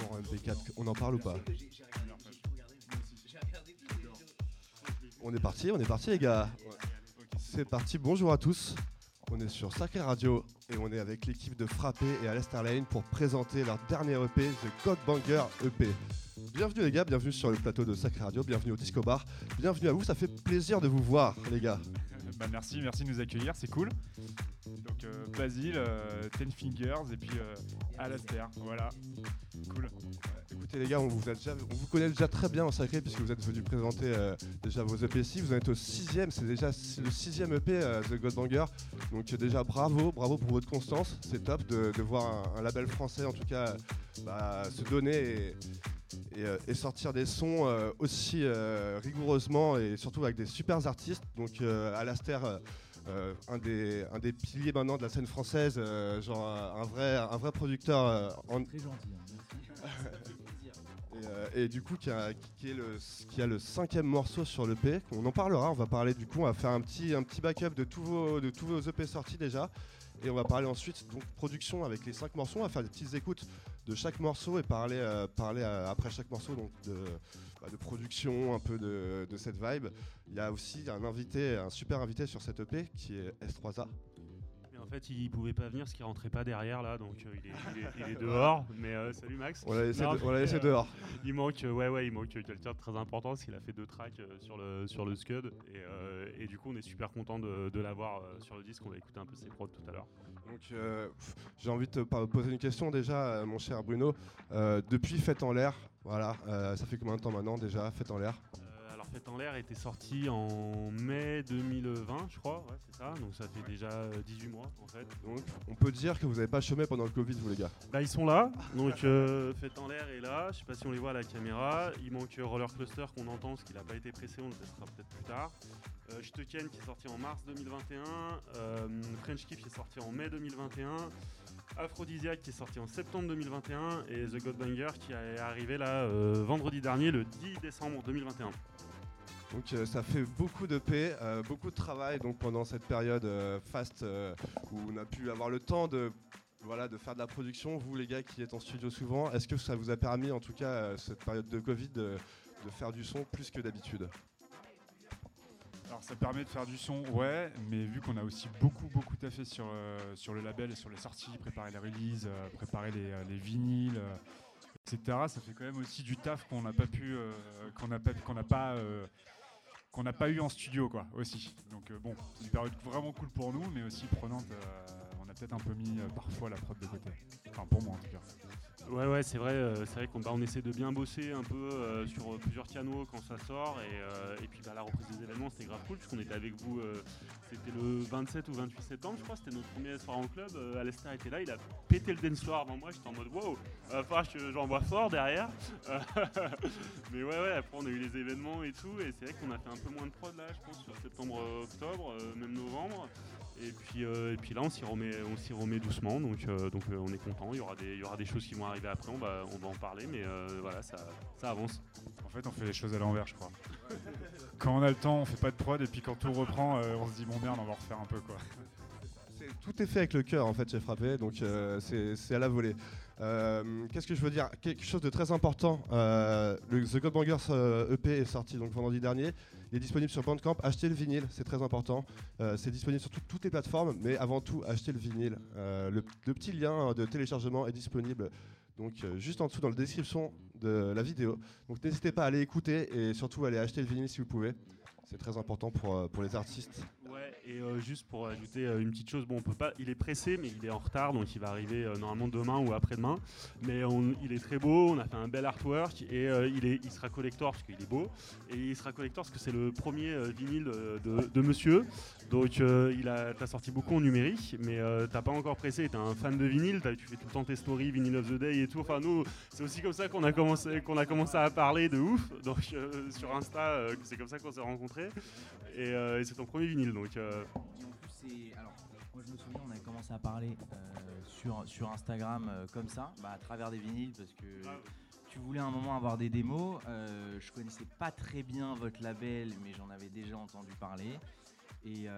en MP4, on en parle ou pas? On est parti les gars. C'est parti, bonjour à tous. On est sur Sacré Radio et on est avec l'équipe de Frappé et Alastair Lane pour présenter leur dernier EP, The Godbanger EP. Bienvenue les gars, bienvenue sur le plateau de Sacré Radio, bienvenue au Disco Bar, bienvenue à vous, ça fait plaisir de vous voir les gars. Merci de nous accueillir, c'est cool. Donc Basile, Ten Fingers et puis Alastair, voilà, cool. Écoutez les gars, on vous connaît déjà très bien en Sacré puisque vous êtes venus présenter déjà vos EP ici. Vous en êtes au 6e, c'est déjà le 6e EP The Godbanger. Donc déjà bravo pour votre constance, c'est top de voir un label français en tout cas se donner et sortir des sons aussi rigoureusement et surtout avec des super artistes. Donc Alastair, un des piliers maintenant de la scène française, genre un vrai producteur. Très gentil, merci. Et du coup qui a le 5e morceau sur l'EP. On en parlera, on va parler du coup, on va faire un petit backup de tous vos EP sortis déjà. Et on va parler ensuite donc production avec les 5 morceaux, on va faire des petites écoutes de chaque morceau et parler après chaque morceau donc de production, un peu de cette vibe. Il y a aussi un super invité sur cette EP qui est S3A. En fait, il pouvait pas venir parce qu'il rentrait pas derrière là, donc il est dehors. Mais salut Max. On l'a laissé dehors. Il manque quelqu'un de très important parce qu'il a fait 2 tracks sur le Scud et du coup on est super content de l'avoir sur le disque. On va écouter un peu ses prods tout à l'heure. Donc j'ai envie de te poser une question déjà, mon cher Bruno. Depuis Fête en l'air, voilà, ça fait combien de temps maintenant déjà Fête en l'air? Fête en l'air était sorti en mai 2020, je crois, ouais, c'est ça, donc ça fait déjà 18 mois en fait. Donc on peut dire que vous n'avez pas chômé pendant le Covid, vous les gars. Bah ils sont là, donc Fête en l'air est là, je sais pas si on les voit à la caméra, il manque Roller Cluster qu'on entend parce qu'il n'a pas été pressé, on le testera peut-être plus tard. Je te ken qui est sorti en mars 2021, French Kiff qui est sorti en mai 2021, Aphrodisiac qui est sorti en septembre 2021 et The Godbanger qui est arrivé là vendredi dernier, le 10 décembre 2021. Donc ça fait beaucoup de paix, beaucoup de travail donc pendant cette période faste où on a pu avoir le temps de faire de la production. Vous les gars qui êtes en studio souvent, est-ce que ça vous a permis en tout cas cette période de Covid de faire du son plus que d'habitude? Alors ça permet de faire du son, ouais, mais vu qu'on a aussi beaucoup taffé sur le label et sur les sorties, préparer les releases, préparer les vinyles, etc. Ça fait quand même aussi du taf qu'on n'a pas eu en studio quoi aussi. Donc bon, c'est une période vraiment cool pour nous, mais aussi prenante. On a peut-être un peu mis parfois la prod de côté. Enfin pour moi en tout cas. Ouais, c'est vrai qu'on essaie de bien bosser un peu sur plusieurs canaux quand ça sort et puis la reprise des événements c'était grave cool puisqu'on était avec vous, c'était le 27 ou 28 septembre je crois, c'était notre premier soir en club, Alastair était là, il a pété le dance floor avant moi, j'étais en mode wow, que j'envoie fort derrière. Mais ouais, après on a eu les événements et tout et c'est vrai qu'on a fait un peu moins de prod là je pense sur septembre, octobre, même novembre. Et puis là on s'y remet doucement donc on est content, il y aura des choses qui vont arriver après, on va en parler mais voilà ça avance. En fait on fait les choses à l'envers je crois. Quand on a le temps on fait pas de prod et puis quand tout reprend on se dit bon merde on va refaire un peu quoi. Tout est fait avec le cœur en fait chez Frappé, donc c'est à la volée. Qu'est-ce que je veux dire? Quelque chose de très important, le The Godbangers EP est sorti donc vendredi dernier, il est disponible sur Bandcamp, achetez le vinyle, c'est très important, c'est disponible sur toutes les plateformes, mais avant tout achetez le vinyle. Le petit lien de téléchargement est disponible donc juste en dessous dans la description de la vidéo, donc n'hésitez pas à aller écouter et surtout à aller acheter le vinyle si vous pouvez. C'est très important pour les artistes. Ouais, et juste pour ajouter une petite chose, bon, on peut pas, il est pressé, mais il est en retard, donc il va arriver normalement demain ou après-demain. Mais il est très beau, on a fait un bel artwork et il sera collector parce qu'il est beau. Et il sera collector parce que c'est le premier vinyle de monsieur. Donc t'as sorti beaucoup en numérique, mais t'as pas encore pressé, t'es un fan de vinyle, tu fais tout le temps tes stories, Vinyl of the Day et tout. Enfin nous, c'est aussi comme ça qu'on a commencé à parler de ouf. Donc sur Insta, c'est comme ça qu'on s'est rencontrés. Et c'est ton premier vinyle donc. Et en plus alors moi je me souviens on avait commencé à parler sur Instagram comme ça, à travers des vinyles parce que tu voulais à un moment avoir des démos. Je connaissais pas très bien votre label mais j'en avais déjà entendu parler. Et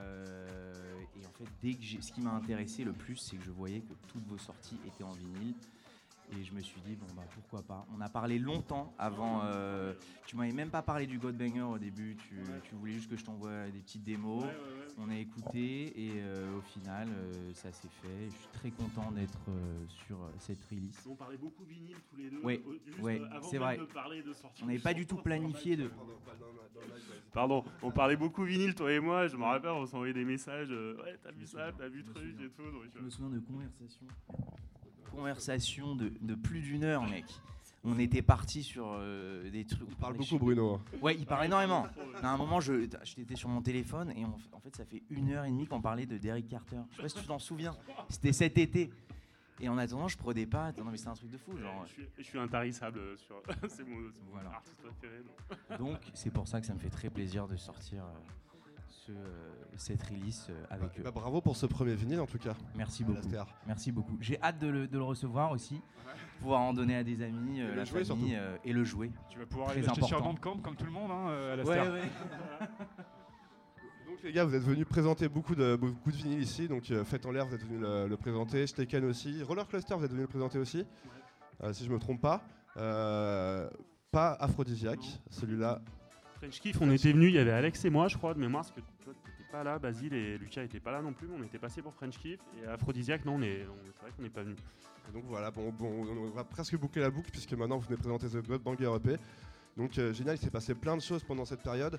en fait ce qui m'a intéressé le plus c'est que je voyais que toutes vos sorties étaient en vinyle. Et je me suis dit, bon, bah pourquoi pas. On a parlé longtemps avant. Tu m'avais même pas parlé du Godbanger au début. Tu voulais juste que je t'envoie des petites démos. On a écouté et au final, ça s'est fait. Je suis très content d'être sur cette release. On parlait beaucoup vinyle tous les deux. Oui, c'est vrai. On n'avait pas du tout planifié de. Pardon, on parlait beaucoup vinyle, toi et moi. Je me rappelle, on s'envoyait des messages. Ouais, t'as vu ça, t'as vu truc et tout. Donc, je me souviens de conversation de plus d'1 heure, mec. On était parti sur des trucs. Il parle beaucoup, Bruno. Ouais, il parle énormément. À un moment, j'étais sur mon téléphone et en fait, ça fait 1h30 qu'on parlait de Derrick Carter. Je sais pas si tu t'en souviens. C'était cet été. Et en attendant, je prenais pas. Non, mais c'était un truc de fou. Genre. Je suis intarissable sur. c'est mon voilà. artiste préféré. Donc, c'est pour ça que ça me fait très plaisir de sortir cette release avec eux. Bravo pour ce premier vinyle en tout cas. Merci beaucoup. Merci beaucoup. J'ai hâte de le recevoir aussi, pouvoir en donner à des amis, la famille et le jouer. Tu vas pouvoir aller l'acheter sur Bandcamp comme tout le monde à la Star. Ouais. Donc les gars, vous êtes venus présenter beaucoup de vinyles ici, donc Fête en l'air, vous êtes venus le présenter, Steken aussi, Roller Cluster, vous êtes venus le présenter aussi, si je me trompe pas. Pas Aphrodisiaque, celui-là. French Kiff, on était venus, il y avait Alex et moi, je crois, de mémoire, parce que toi, t'étais pas là, Basile et Lucas étaient pas là non plus, mais on était passé pour French Kiff. Et Aphrodisiaque, non, c'est vrai qu'on n'est pas venus. Donc voilà, on va presque boucler la boucle, puisque maintenant vous venez présenter The Godbanger EP. Donc génial, il s'est passé plein de choses pendant cette période.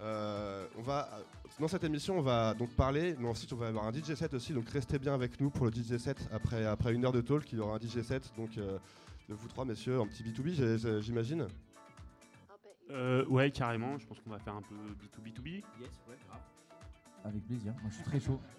Dans cette émission, on va donc parler, mais ensuite on va avoir un DJ set aussi, donc restez bien avec nous pour le DJ set. Après 1 heure de talk, il y aura un DJ set, donc de vous trois messieurs, un petit B2B, j'imagine. Ouais, carrément. Je pense qu'on va faire un peu B2B2B. Yes, ouais, grave. Avec plaisir. Moi, je suis très chaud.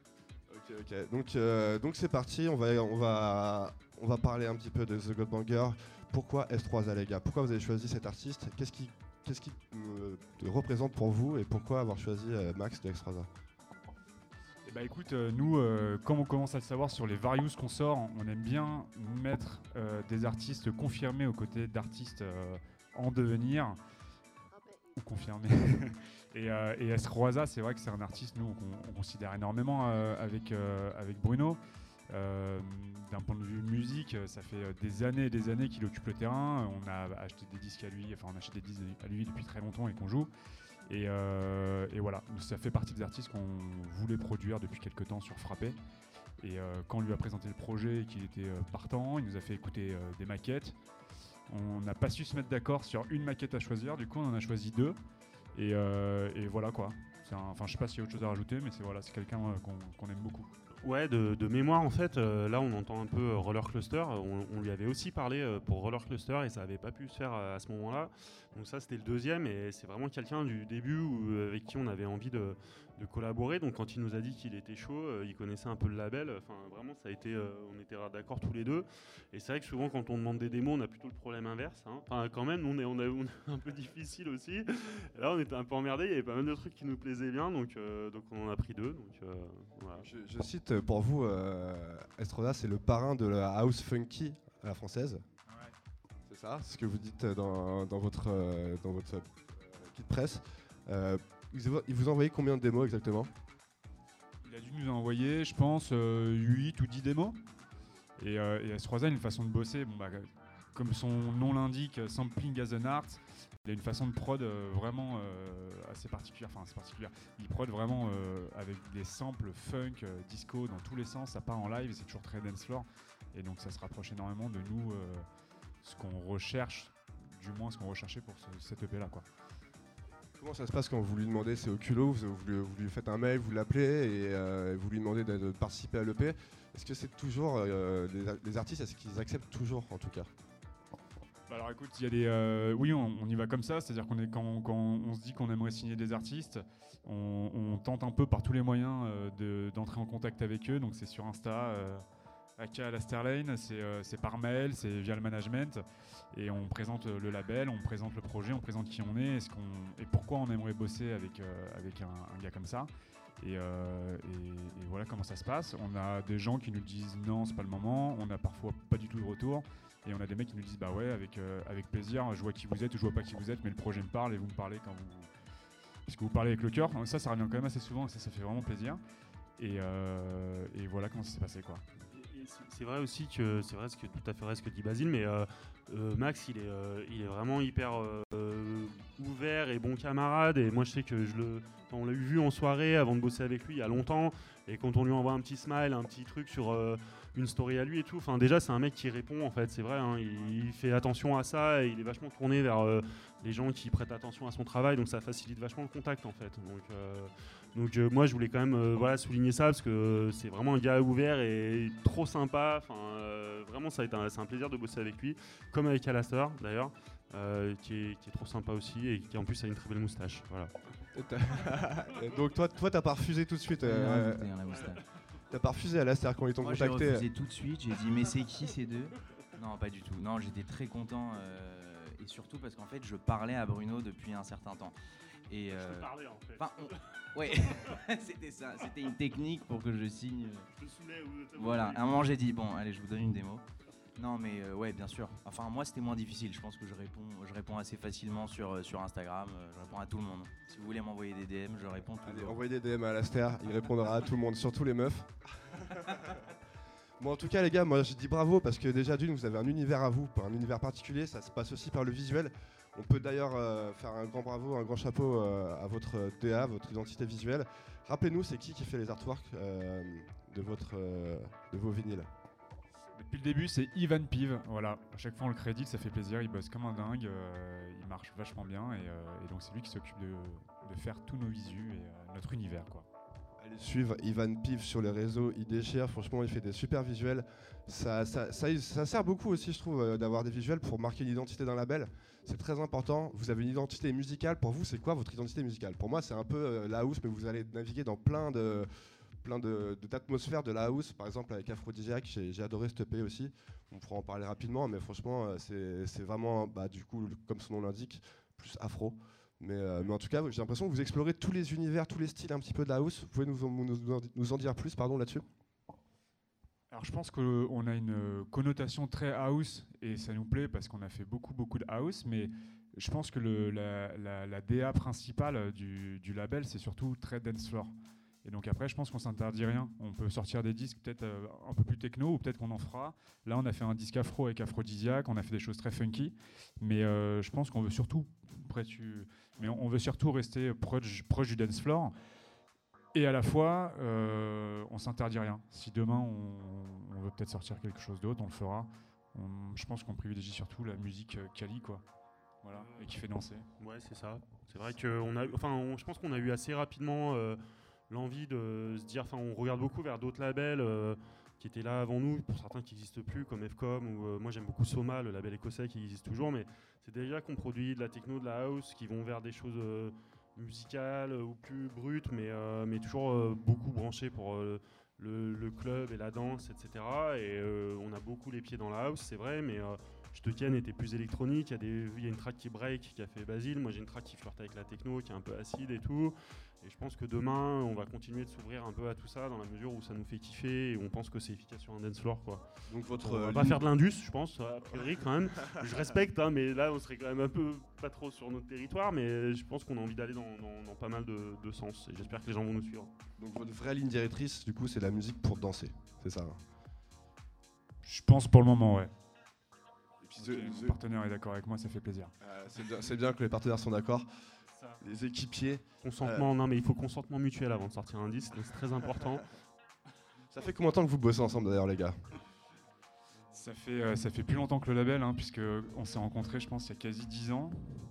Ok. Donc c'est parti. On va parler un petit peu de The Godbanger. Pourquoi S3A, les gars? Pourquoi vous avez choisi cet artiste? Qu'est-ce qui représente pour vous et pourquoi avoir choisi Max de S3A? Bah écoute, nous, comme on commence à le savoir sur les Various qu'on sort, on aime bien mettre des artistes confirmés aux côtés d'artistes en devenir ou confirmés. et S3A, c'est vrai que c'est un artiste, nous, on considère énormément avec Bruno. D'un point de vue musique, ça fait des années et des années qu'il occupe le terrain. On a acheté des disques à lui, enfin on achète des disques à lui depuis très longtemps et qu'on joue. Et voilà, ça fait partie des artistes qu'on voulait produire depuis quelques temps sur Frappé. Et quand on lui a présenté le projet et qu'il était partant, il nous a fait écouter des maquettes. On n'a pas su se mettre d'accord sur une maquette à choisir, du coup on en a choisi 2. Et voilà quoi. Je sais pas s'il y a autre chose à rajouter, mais c'est quelqu'un qu'on aime beaucoup. Ouais, de mémoire en fait, là on entend un peu Roller Cluster, on lui avait aussi parlé pour Roller Cluster et ça avait pas pu se faire à ce moment-là, donc ça c'était le deuxième et c'est vraiment quelqu'un du début avec qui on avait envie de collaborer, donc quand il nous a dit qu'il était chaud, il connaissait un peu le label, enfin vraiment ça a été, on était d'accord tous les deux, et c'est vrai que souvent quand on demande des démos on a plutôt le problème inverse, hein. Enfin quand même on est un peu difficile aussi, et là on était un peu emmerdés, il y avait pas mal de trucs qui nous plaisaient bien, donc on en a pris 2, donc voilà. Je cite pour vous, S3A c'est le parrain de la house funky à la française. Ouais. C'est ça, c'est ce que vous dites dans votre kit presse. Il vous a envoyé combien de démos exactement? Il a dû nous envoyer, je pense, 8 ou 10 démos. Et S3A a une façon de bosser, comme son nom l'indique, sampling as an art. Il a une façon de prod vraiment assez particulière. Il prod vraiment avec des samples funk, disco dans tous les sens. Ça part en live et c'est toujours très dance floor. Et donc ça se rapproche énormément de nous, ce qu'on recherche, du moins ce qu'on recherchait pour cette EP là, quoi. Comment ça se passe quand vous lui demandez, c'est au culot, vous lui faites un mail, vous l'appelez et vous lui demandez de participer à l'EP? Est-ce que c'est toujours, les artistes, est-ce qu'ils acceptent toujours en tout cas? Alors écoute, il y a des, oui, on y va comme ça, c'est-à-dire quand on se dit qu'on aimerait signer des artistes, on tente un peu par tous les moyens d'entrer en contact avec eux, donc c'est sur Insta, aka la Starlane, c'est par mail, c'est via le management, et on présente le label, on présente le projet, on présente qui on est, et pourquoi on aimerait bosser avec un gars comme ça. Et voilà comment ça se passe. On a des gens qui nous disent non, c'est pas le moment, on a parfois pas du tout de retour. Et on a des mecs qui nous disent bah ouais, avec plaisir, je vois qui vous êtes ou je vois pas qui vous êtes, mais le projet me parle et vous me parlez parce que vous parlez avec le cœur. Ça revient quand même assez souvent et ça fait vraiment plaisir. Et voilà comment ça s'est passé, quoi. C'est vrai aussi que c'est vrai tout à fait vrai ce que dit Basile, mais Max il est vraiment hyper ouvert et bon camarade, et moi je sais que on l'a vu en soirée avant de bosser avec lui il y a longtemps, et quand on lui envoie un petit smile, un petit truc sur une story à lui et tout, enfin déjà c'est un mec qui répond en fait, c'est vrai, hein, il fait attention à ça, et il est vachement tourné vers les gens qui prêtent attention à son travail, donc ça facilite vachement le contact en fait. Donc moi je voulais quand même souligner ça, parce que c'est vraiment un gars ouvert et trop sympa. Vraiment c'est un plaisir de bosser avec lui, comme avec Alastair d'ailleurs, qui est trop sympa aussi, et qui en plus a une très belle moustache. Voilà. Donc toi t'as pas refusé tout de suite. T'as pas refusé Alastair quand ils t'ont contacté. J'ai refusé tout de suite, j'ai dit mais c'est qui ces deux? Non, pas du tout. Non, j'étais très content, et surtout parce qu'en fait je parlais à Bruno depuis un certain temps. Et je te parlais en fait. Ouais, c'était ça, c'était une technique pour que je signe. Je te saoulais ou voilà, à un moment j'ai dit bon, allez, je vous donne une démo. Non, mais ouais, bien sûr. Enfin, moi c'était moins difficile. Je pense que je réponds assez facilement sur Instagram. Je réponds à tout le monde. Si vous voulez m'envoyer des DM, je réponds toujours. Allez, envoyez des DM à Alastair, il répondra à tout le monde, surtout les meufs. Bon, en tout cas les gars, moi je dis bravo, parce que déjà d'une, vous avez un univers à vous, un univers particulier. Ça se passe aussi par le visuel. On peut d'ailleurs faire un grand bravo, un grand chapeau à votre DA, votre identité visuelle. Rappelez-nous, c'est qui fait les artworks de vos vinyles? Depuis le début, c'est Ivan Pive. Voilà, à chaque fois on le crédite, ça fait plaisir. Il bosse comme un dingue, il marche vachement bien, et donc c'est lui qui s'occupe de faire tous nos visus et notre univers, quoi. Allez suivre Ivan Pive sur les réseaux, il déchire, franchement il fait des super visuels. Ça sert beaucoup aussi, je trouve, d'avoir des visuels pour marquer l'identité d'un label. C'est très important. Vous avez une identité musicale. Pour vous, c'est quoi votre identité musicale? Pour moi, c'est un peu la house, mais vous allez naviguer dans plein d'atmosphères de la house. Par exemple, avec Aphrodisiac, j'ai adoré ce EP aussi. On pourra en parler rapidement, mais franchement, c'est vraiment, du coup, comme son nom l'indique, plus afro. Mais en tout cas, j'ai l'impression que vous explorez tous les univers, tous les styles un petit peu de la house. Vous pouvez nous en dire plus, là-dessus? Alors je pense qu'on a une connotation très house, et ça nous plaît parce qu'on a fait beaucoup de house, mais je pense que la DA principale du label, c'est surtout très dance floor. Et donc après, je pense qu'on s'interdit rien. On peut sortir des disques peut-être un peu plus techno, ou peut-être qu'on en fera. Là, on a fait un disque afro avec Aphrodisiac, on a fait des choses très funky, mais je pense qu'on veut surtout on veut surtout rester proche du dance floor. Et à la fois, on s'interdit rien. Si demain on veut peut-être sortir quelque chose d'autre, on le fera. Je pense qu'on privilégie surtout la musique quali, quoi. Voilà, et qui fait danser. Ouais, c'est ça. C'est vrai que je pense qu'on a eu assez rapidement l'envie de se dire, on regarde beaucoup vers d'autres labels qui étaient là avant nous, pour certains qui n'existent plus, comme Fcom, ou moi j'aime beaucoup Soma, le label écossais qui existe toujours, mais c'est déjà qu'on produit de la techno, de la house, qui vont vers des choses musicales ou plus brutes, mais toujours beaucoup branchées pour le club et la danse, etc. Et on a beaucoup les pieds dans la house, c'est vrai, mais Je te ken était plus électronique, il y a une track qui break qui a fait Basile, moi j'ai une track qui flirte avec la techno, qui est un peu acide et tout. Et je pense que demain, on va continuer de s'ouvrir un peu à tout ça, dans la mesure où ça nous fait kiffer et on pense que c'est efficace sur un dance floor, quoi. Donc on va pas faire de l'indus, je pense, a priori quand même. Je respecte, hein, mais là on serait quand même un peu pas trop sur notre territoire, mais je pense qu'on a envie d'aller dans pas mal de sens et j'espère que les gens vont nous suivre. Donc votre vraie ligne directrice, du coup, c'est la musique pour danser, c'est ça, hein? Je pense pour le moment, ouais. Et puis mon partenaire est d'accord avec moi, ça fait plaisir. C'est bien que les partenaires sont d'accord. Les équipiers. Consentement, non mais il faut consentement mutuel avant de sortir un disque, donc c'est très important. Ça fait combien de temps que vous bossez ensemble d'ailleurs, les gars? Ça fait plus longtemps que le label, hein, puisque on s'est rencontrés, je pense, il y a quasi 10 ans.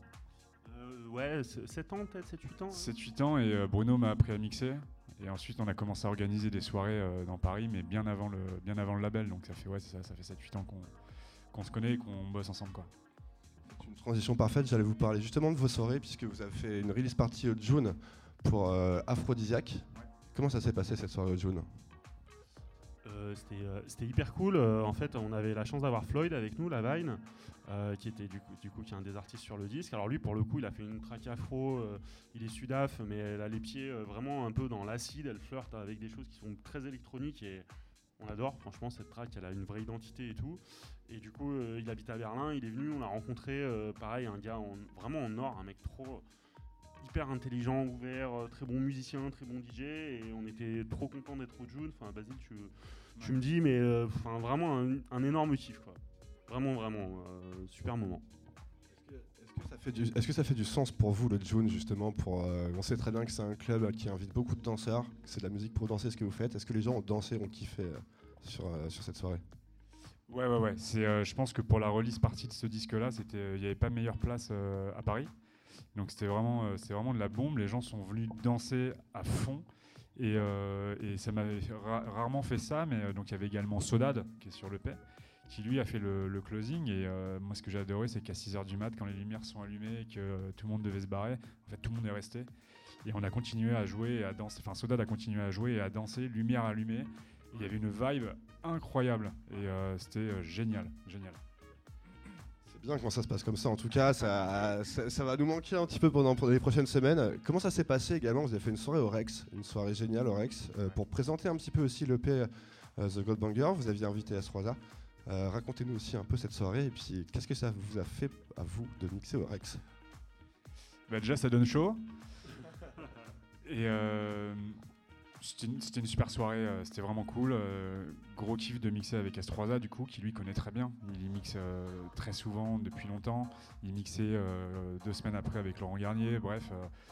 Ouais, 7 ans peut-être, 7-8 ans. 7-8 ans, et Bruno m'a appris à mixer. Et ensuite, on a commencé à organiser des soirées dans Paris, mais bien avant le label. Donc ça fait 7-8 ans qu'on se connaît et qu'on bosse ensemble, quoi. C'est une transition parfaite, j'allais vous parler justement de vos soirées, puisque vous avez fait une release party au June pour Aphrodisiac. Ouais. Comment ça s'est passé cette soirée au June? C'était hyper cool. En fait, on avait la chance d'avoir Floyd avec nous, la Vine, qui était du coup qui est un des artistes sur le disque. Alors lui, pour le coup, il a fait une track afro. Il est sudaf, mais elle a les pieds vraiment un peu dans l'acide. Elle flirte avec des choses qui sont très électroniques et on adore. Franchement, cette track, elle a une vraie identité et tout. Et du coup, il habite à Berlin. Il est venu, on l'a rencontré. Pareil, un gars vraiment en or, un mec trop hyper intelligent, ouvert, très bon musicien, très bon DJ. Et on était trop contents d'être au June. Enfin, Basile, Je me dis, mais vraiment un énorme kiff, quoi. Vraiment, super moment. Est-ce que ça fait du sens pour vous, le June, justement on sait très bien que c'est un club qui invite beaucoup de danseurs, que c'est de la musique pour danser ce que vous faites. Est-ce que les gens ont dansé, ont kiffé sur cette soirée? Ouais. Je pense que pour la release partie de ce disque-là, il n'y avait pas meilleure place à Paris. Donc c'était vraiment de la bombe. Les gens sont venus danser à fond. Et ça m'avait rarement fait ça. Mais donc il y avait également Sodade, qui est sur le l'EP, qui lui a fait le closing. Et moi, ce que j'ai adoré, c'est qu'à 6h du mat, quand les lumières sont allumées et que tout le monde devait se barrer, en fait, tout le monde est resté. Et on a continué à jouer et à danser. Enfin, Sodade a continué à jouer et à danser, lumière allumée. Il y avait une vibe incroyable et c'était génial. C'est bien quand ça se passe comme ça. En tout cas, ça va nous manquer un petit peu pendant les prochaines semaines. Comment ça s'est passé également? Vous avez fait une soirée au Rex, une soirée géniale au Rex, pour présenter un petit peu aussi l'EP The God Banger. Vous aviez invité S3A. Racontez-nous aussi un peu cette soirée et puis qu'est-ce que ça vous a fait à vous de mixer au Rex? Déjà, ça donne chaud. Et c'était une super soirée, c'était vraiment cool. Gros kiff de mixer avec S3A, du coup, qui lui connaît très bien. Il y mixe très souvent depuis longtemps. Il mixait 2 semaines après avec Laurent Garnier. Bref,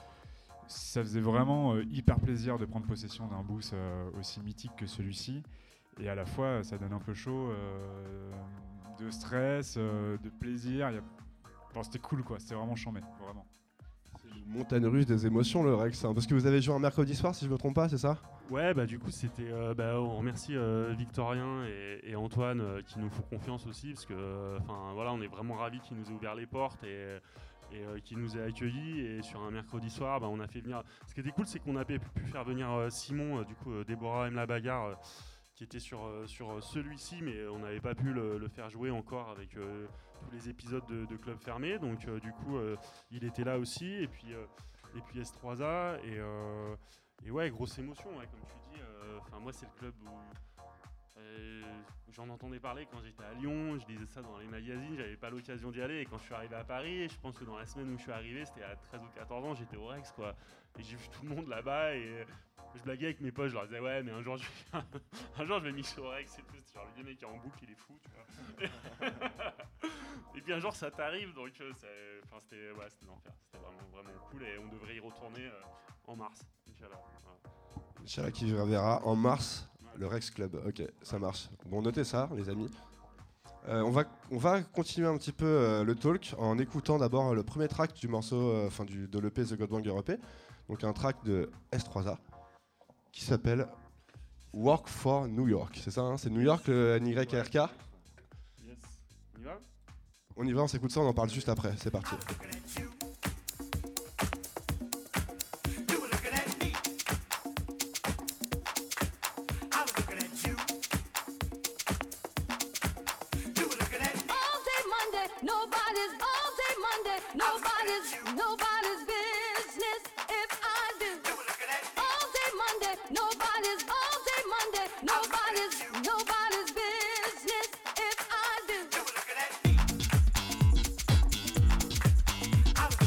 ça faisait vraiment hyper plaisir de prendre possession d'un boost aussi mythique que celui-ci. Et à la fois, ça donne un peu chaud, de stress, de plaisir. Enfin, c'était cool, quoi. C'était vraiment chambé, vraiment. Montagne russe des émotions, le Rex, hein, parce que vous avez joué un mercredi soir, si je me trompe pas, c'est ça? Ouais, du coup, c'était. On remercie Victorien et Antoine qui nous font confiance aussi, parce que, on est vraiment ravis qu'ils nous aient ouvert les portes et qui nous ait accueillis. Et sur un mercredi soir, on a fait venir. Ce qui était cool, c'est qu'on a pu faire venir Simon, Déborah aime la bagarre, qui était sur celui-ci, mais on n'avait pas pu le faire jouer encore avec tous les épisodes de Club Fermé. Donc il était là aussi. Et puis S3A. Et ouais, grosse émotion, ouais, comme tu dis. Moi, c'est le club où j'en entendais parler quand j'étais à Lyon. Je lisais ça dans les magazines. J'avais pas l'occasion d'y aller. Et quand je suis arrivé à Paris, je pense que dans la semaine où je suis arrivé, c'était à 13 ou 14 ans, j'étais au Rex, quoi. Et j'ai vu tout le monde là-bas et je blaguais avec mes potes, je leur disais ouais, mais un jour je vais mixer au Rex et tout. C'était genre le mec qui est en boucle, il est fou, tu vois. Et puis un jour ça t'arrive, donc c'était l'enfer. C'était vraiment cool et on devrait y retourner en mars, Inch'Allah. Voilà. Inch'Allah qui verra en mars le Rex Club. Ok, ça marche. Bon, notez ça, les amis. On va continuer un petit peu le talk en écoutant d'abord le premier track du morceau, de l'EP The God Banger EP. Donc un track de S3A qui s'appelle Work for New York. C'est ça, hein? C'est New York, le NYRK. Yes. On y va? On y va, on s'écoute ça, on en parle juste après. C'est parti. Nobody's business if I do. All day Monday, nobody's all day Monday, nobody's business if I do. I was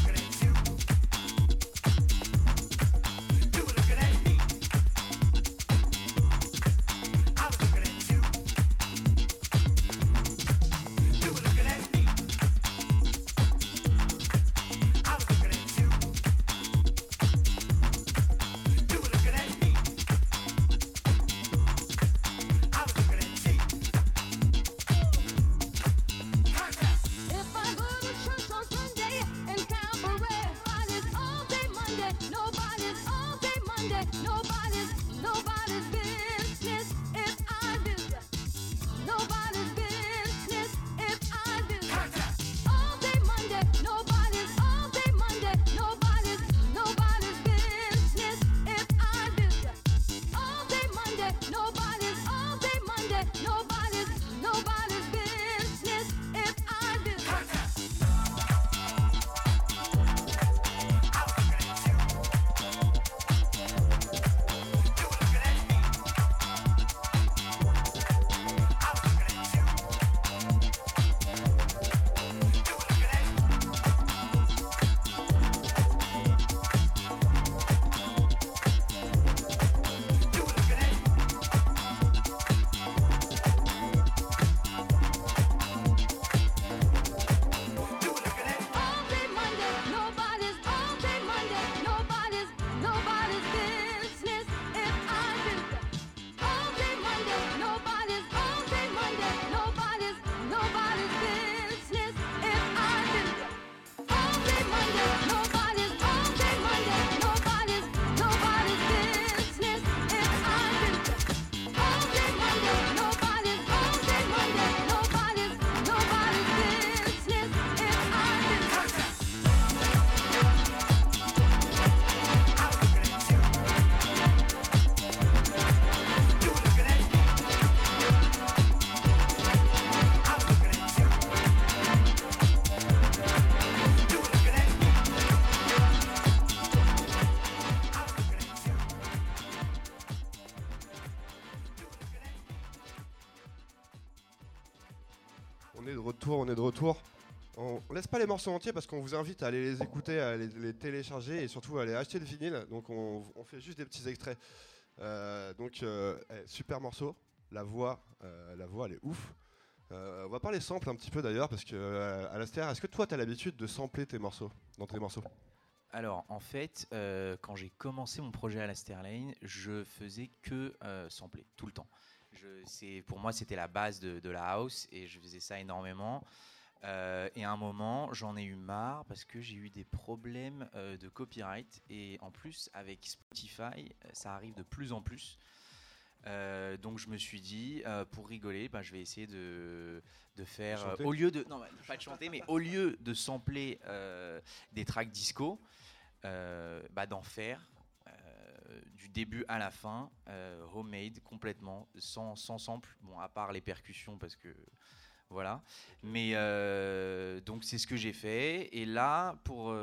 On est de retour. On laisse pas les morceaux entiers parce qu'on vous invite à aller les écouter, à les télécharger et surtout à aller acheter le vinyle. Donc on fait juste des petits extraits. Super morceau. La voix elle est ouf. On va parler sample un petit peu d'ailleurs parce que Alastair, est-ce que toi tu as l'habitude de sampler dans tes morceaux? Alors, en fait, quand j'ai commencé mon projet à Alastair Lane, je faisais que sampler tout le temps. Pour moi, c'était la base de la house et je faisais ça énormément. Et à un moment, j'en ai eu marre parce que j'ai eu des problèmes de copyright. Et en plus, avec Spotify, ça arrive de plus en plus. Donc je me suis dit, pour rigoler, je vais essayer de faire, au lieu de, non, pas de chanter, mais au lieu de sampler des tracks disco, d'en faire du début à la fin, homemade complètement, sans sample, bon, à part les percussions parce que voilà. Mais donc c'est ce que j'ai fait. Et là, pour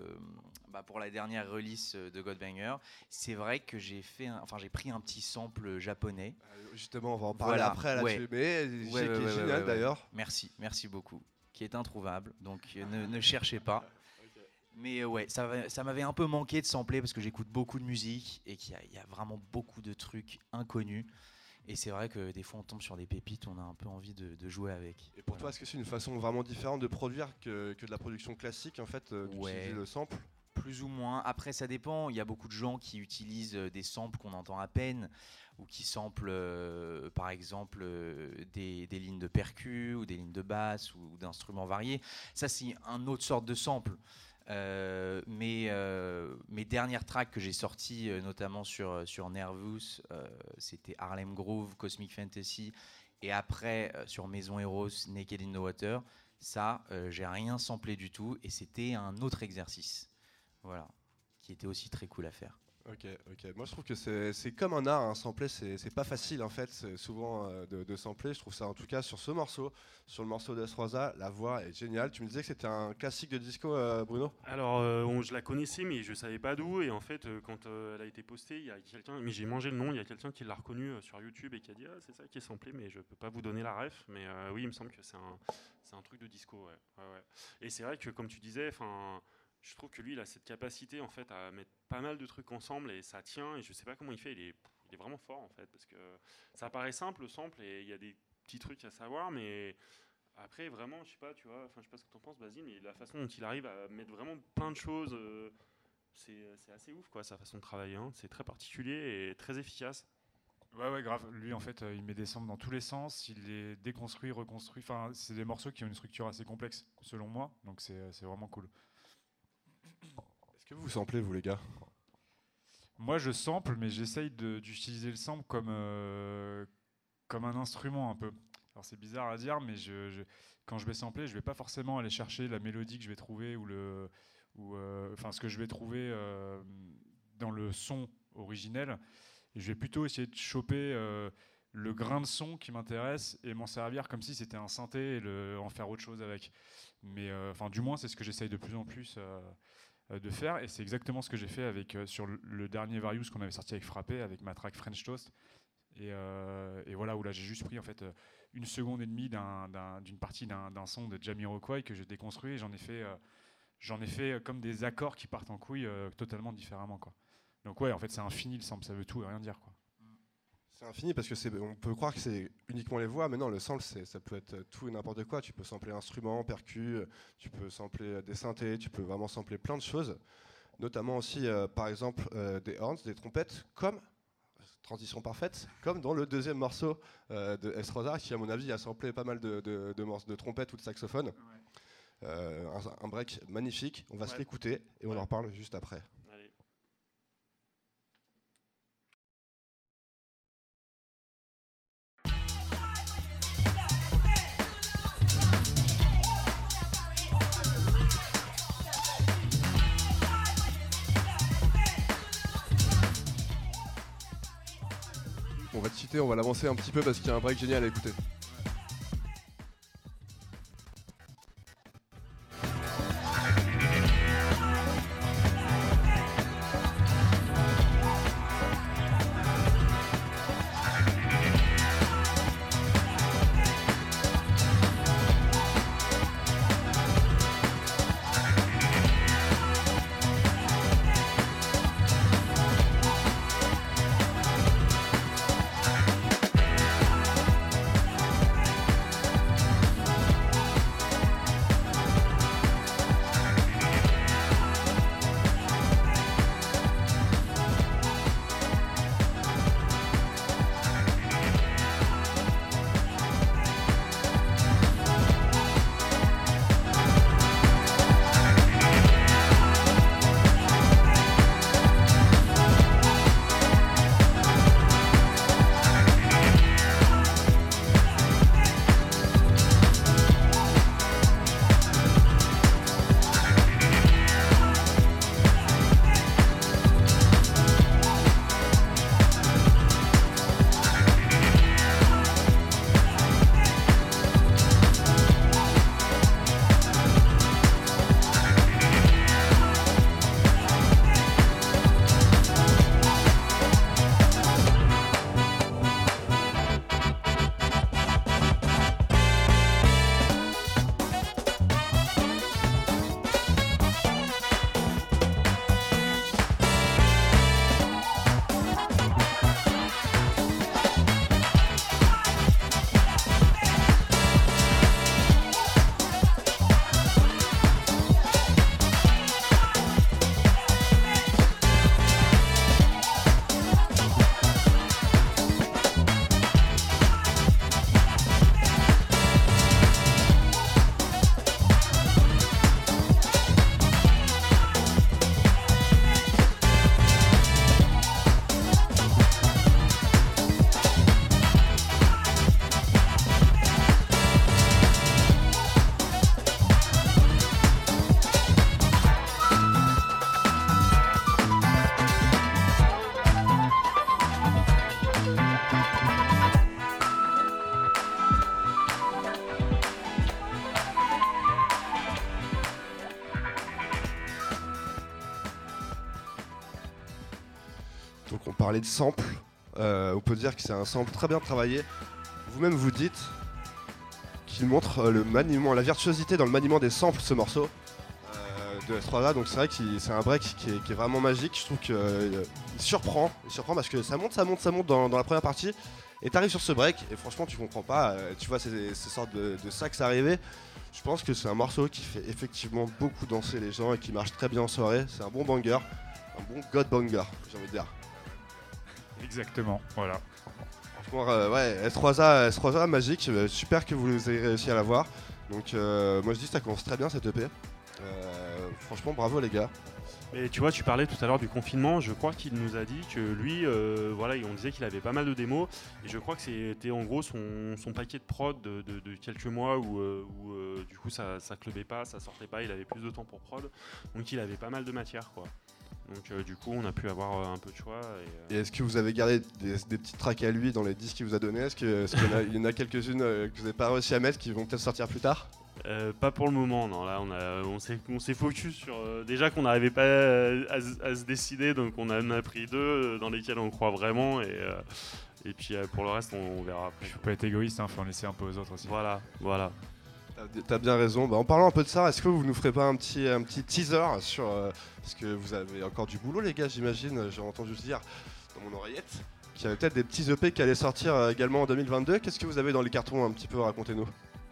la dernière release de Godbanger, c'est vrai que j'ai pris un petit sample japonais. Justement, on va en parler après là-dessus. Mais qui est génial d'ailleurs. Merci beaucoup. Qui est introuvable. Donc ne cherchez pas. Mais ouais, ça m'avait un peu manqué de sampler parce que j'écoute beaucoup de musique et qu'il y a vraiment beaucoup de trucs inconnus. Et c'est vrai que des fois on tombe sur des pépites, on a un peu envie de jouer avec. Et pour toi, est-ce que c'est une façon vraiment différente de produire que de la production classique en fait, d'utiliser le sample? Plus ou moins. Après, ça dépend. Il y a beaucoup de gens qui utilisent des samples qu'on entend à peine ou qui samplent par exemple des lignes de percus ou des lignes de basse ou d'instruments variés. Ça, c'est une autre sorte de sample. Mes dernières tracks que j'ai sorties notamment sur Nervous, c'était Harlem Groove, Cosmic Fantasy, et après sur Maison Heroes, Naked in the Water. Ça, j'ai rien samplé du tout et c'était un autre exercice, voilà, qui était aussi très cool à faire. Ok. Moi je trouve que c'est comme un art, sampler, c'est pas facile en fait, c'est souvent de sampler. Je trouve ça en tout cas sur ce morceau, sur le morceau d'Esrosa, la voix est géniale. Tu me disais que c'était un classique de disco, Bruno? Alors je la connaissais mais je savais pas d'où, et en fait quand elle a été postée, il y a quelqu'un, mais j'ai mangé le nom, il y a quelqu'un qui l'a reconnu sur YouTube et qui a dit c'est ça qui est samplé, mais je peux pas vous donner la ref, mais oui il me semble que c'est un truc de disco, ouais. Et c'est vrai que comme tu disais, je trouve que lui, il a cette capacité en fait à mettre pas mal de trucs ensemble et ça tient. Et je sais pas comment il fait. Il est vraiment fort en fait parce que ça paraît simple le sample et il y a des petits trucs à savoir, mais après vraiment, je sais pas, tu vois. Enfin, je sais pas ce que t'en penses, Basile, mais la façon dont il arrive à mettre vraiment plein de choses, c'est assez ouf quoi. Sa façon de travailler, c'est très particulier et très efficace. Ouais, grave. Lui, en fait, il met des samples dans tous les sens. Il les déconstruit, reconstruit. Enfin, c'est des morceaux qui ont une structure assez complexe, selon moi. Donc c'est vraiment cool. Est-ce que vous samplez, vous les gars? Moi je sample, mais j'essaye d'utiliser le sample comme un instrument un peu. Alors c'est bizarre à dire, mais quand je vais sampler, je vais pas forcément aller chercher la mélodie que je vais trouver ou ce que je vais trouver dans le son originel. Et je vais plutôt essayer de choper le grain de son qui m'intéresse et m'en servir comme si c'était un synthé et en faire autre chose avec. Mais du moins c'est ce que j'essaye de plus en plus de faire, et c'est exactement ce que j'ai fait sur le dernier Various qu'on avait sorti avec Frappé, avec ma track French Toast, et voilà, où là j'ai juste pris en fait 1 seconde et demie d'une partie d'un son de Jamiroquai que j'ai déconstruit, et j'en ai fait comme des accords qui partent en couille totalement différemment quoi. Donc ouais, en fait c'est infini le sample, ça veut tout et rien dire quoi. C'est infini parce que on peut croire que c'est uniquement les voix, mais non, le sample ça peut être tout et n'importe quoi. Tu peux sampler instruments, percus, tu peux sampler des synthés, tu peux vraiment sampler plein de choses, notamment aussi par exemple des horns, des trompettes, comme transition parfaite, comme dans le deuxième morceau de Esrosa, qui à mon avis a samplé pas mal de trompettes ou de saxophones. Ouais. Un break magnifique, on va se l'écouter et on en reparle juste après. On va te citer, on va l'avancer un petit peu parce qu'il y a un break génial à écouter. parler de sample. On peut dire que c'est un sample très bien travaillé. Vous-même vous dites qu'il montre le maniement, la virtuosité dans le maniement des samples, ce morceau de S3A. Donc c'est vrai que c'est un break qui est vraiment magique. Je trouve qu'il surprend parce que ça monte dans la première partie. Et t'arrives sur ce break et franchement tu comprends pas. Tu vois ces sortes de sax arriver. Je pense que c'est un morceau qui fait effectivement beaucoup danser les gens et qui marche très bien en soirée. C'est un bon banger, un bon god banger, j'ai envie de dire. Exactement, voilà. Franchement, ouais, S3A magique, super que vous ayez réussi à l'avoir. Donc moi je dis que ça commence très bien cette EP. Franchement bravo les gars. Et tu vois, tu parlais tout à l'heure du confinement, je crois qu'il nous a dit que lui, voilà, on disait qu'il avait pas mal de démos, et je crois que c'était en gros son paquet de prod de quelques mois où du coup ça clubait pas, ça sortait pas, il avait plus de temps pour prod, donc il avait pas mal de matière quoi. Donc du coup on a pu avoir un peu de choix. Et est-ce que vous avez gardé des petites tracks à lui dans les disques qu'il vous a donné? Est-ce qu'il y en a quelques-unes que vous n'avez pas réussi à mettre qui vont peut-être sortir plus tard? Pas pour le moment, non. Là, on s'est focus sur déjà qu'on n'arrivait pas à se décider, donc on en a pris deux dans lesquels on croit vraiment, et puis pour le reste, on verra après. Il faut pas être égoïste, il faut en laisser un peu aux autres aussi. Voilà. T'as bien raison. En parlant un peu de ça, est-ce que vous nous ferez pas un petit teaser sur parce que vous avez encore du boulot les gars, j'imagine. J'ai entendu dire dans mon oreillette qu'il y avait peut-être des petits EP qui allaient sortir également en 2022. Qu'est-ce que vous avez dans les cartons un petit peu? Racontez-nous.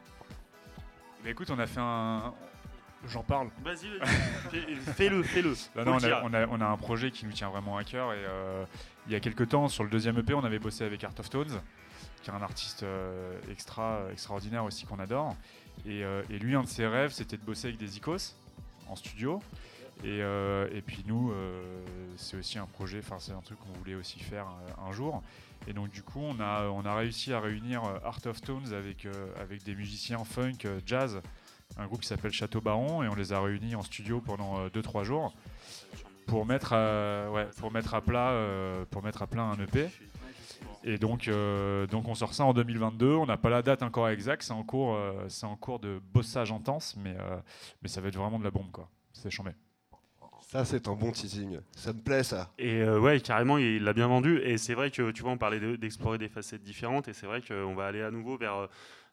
Mais écoute, on a fait un... J'en parle. Vas-y, fais-le. Non, on a un projet qui nous tient vraiment à cœur. Et il y a quelques temps, sur le deuxième EP, on avait bossé avec Art of Tones, qui est un artiste extraordinaire aussi qu'on adore. Et lui, un de ses rêves, c'était de bosser avec des icos en studio. Et puis nous, c'est aussi un projet, c'est un truc qu'on voulait aussi faire un jour. Et donc du coup, on a réussi à réunir Art of Tones avec des musiciens funk, jazz, un groupe qui s'appelle Château Baron, et on les a réunis en studio pendant 2-3 jours pour mettre à plat un EP. Et donc on sort ça en 2022. On n'a pas la date encore exacte, c'est en cours de bossage intense, mais ça va être vraiment de la bombe quoi. C'est chambé. Ça, c'est un bon teasing. Ça me plaît, ça. Et ouais, carrément, il l'a bien vendu. Et c'est vrai que, tu vois, on parlait d'explorer des facettes différentes. Et c'est vrai qu'on va aller à nouveau vers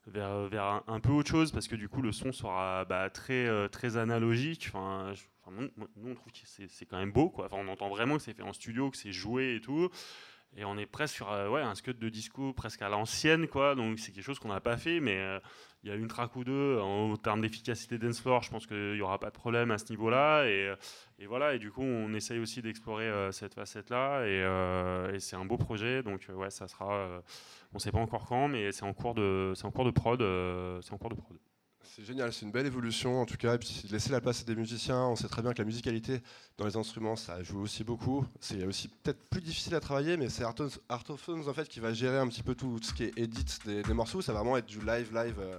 un peu autre chose. Parce que du coup, le son sera très analogique. Nous, on trouve que c'est quand même beau, quoi. On entend vraiment que c'est fait en studio, que c'est joué et tout. Et on est presque sur un scud de disco presque à l'ancienne, quoi. Donc c'est quelque chose qu'on n'a pas fait, mais il y a une track ou deux en termes d'efficacité dance floor. Je pense qu'il n'y aura pas de problème à ce niveau-là. Et voilà. Et du coup, on essaye aussi d'explorer cette facette-là. Et c'est un beau projet. Donc ouais, ça sera. On ne sait pas encore quand, mais c'est en cours de prod. C'est génial, c'est une belle évolution en tout cas, et puis laisser la place à des musiciens, on sait très bien que la musicalité dans les instruments ça joue aussi beaucoup, c'est aussi peut-être plus difficile à travailler, mais c'est Art of Tones en fait qui va gérer un petit peu tout ce qui est edit des morceaux, ça va vraiment être du live.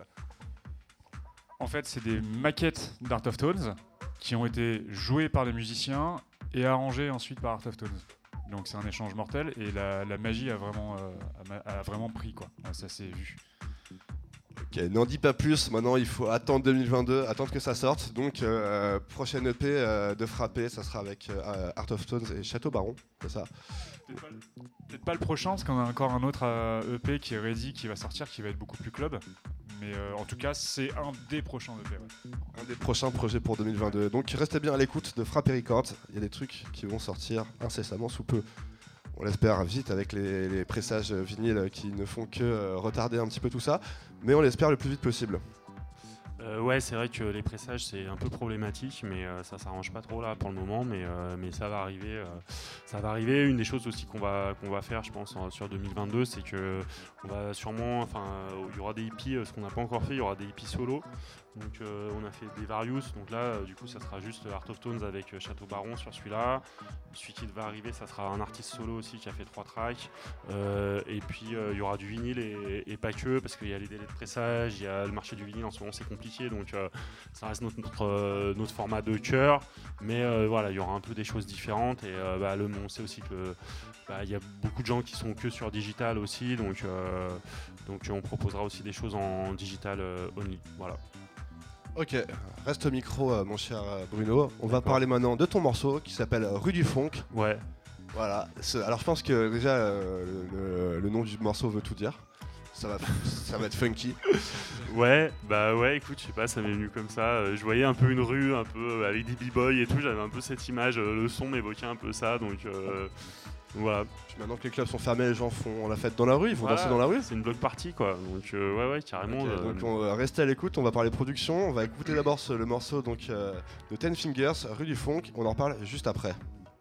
En fait c'est des maquettes d'Art of Tones qui ont été jouées par les musiciens et arrangées ensuite par Art of Tones. Donc c'est un échange mortel et la magie a vraiment pris quoi, ça s'est vu. Ok, n'en dis pas plus, maintenant il faut attendre 2022, attendre que ça sorte. Donc prochaine EP de Frappé, ça sera avec Art of Tones et Château Baron, c'est ça? Peut-être pas le prochain, parce qu'on a encore un autre EP qui est ready, qui va sortir, qui va être beaucoup plus club. Mais en tout cas, c'est un des prochains EP. Ouais. Un des prochains projets pour 2022. Donc restez bien à l'écoute de Frappé Records, il y a des trucs qui vont sortir incessamment sous peu. On l'espère vite avec les pressages vinyles qui ne font que retarder un petit peu tout ça, mais on l'espère le plus vite possible. Ouais, c'est vrai que les pressages c'est un peu problématique, mais ça s'arrange pas trop là pour le moment, mais ça va arriver. Une des choses aussi qu'on va faire, je pense, sur 2022, c'est que on va sûrement, il y aura des hippies, ce qu'on n'a pas encore fait, il y aura des hippies solo. Donc on a fait des Various, donc là du coup ça sera juste Art of Tones avec Château Baron sur celui-là. Celui qui va arriver, ça sera un artiste solo aussi qui a fait 3 tracks. Et puis il y aura du vinyle et pas que, parce qu'il y a les délais de pressage, il y a le marché du vinyle en ce moment c'est compliqué, donc ça reste notre format de cœur. Mais voilà, il y aura un peu des choses différentes et on sait aussi que il y a beaucoup de gens qui sont que sur digital aussi, donc on proposera aussi des choses en digital only. Voilà. Ok, reste au micro mon cher Bruno. On va parler maintenant de ton morceau qui s'appelle Rue du Funk. Ouais. Voilà. Alors je pense que déjà le nom du morceau veut tout dire. Ça va être funky. Ouais, écoute, je sais pas, ça m'est venu comme ça. Je voyais un peu une rue, un peu avec des b-boys et tout, j'avais un peu cette image, le son m'évoquait un peu ça, donc voilà. Maintenant que les clubs sont fermés, les gens font la fête dans la rue, ils vont Voilà, danser dans la rue. C'est une block party quoi, donc ouais, carrément. Ok, donc on va rester à l'écoute, on va parler production, on va écouter d'abord le morceau donc, de Ten Fingers, Rue du Funk, on en reparle juste après.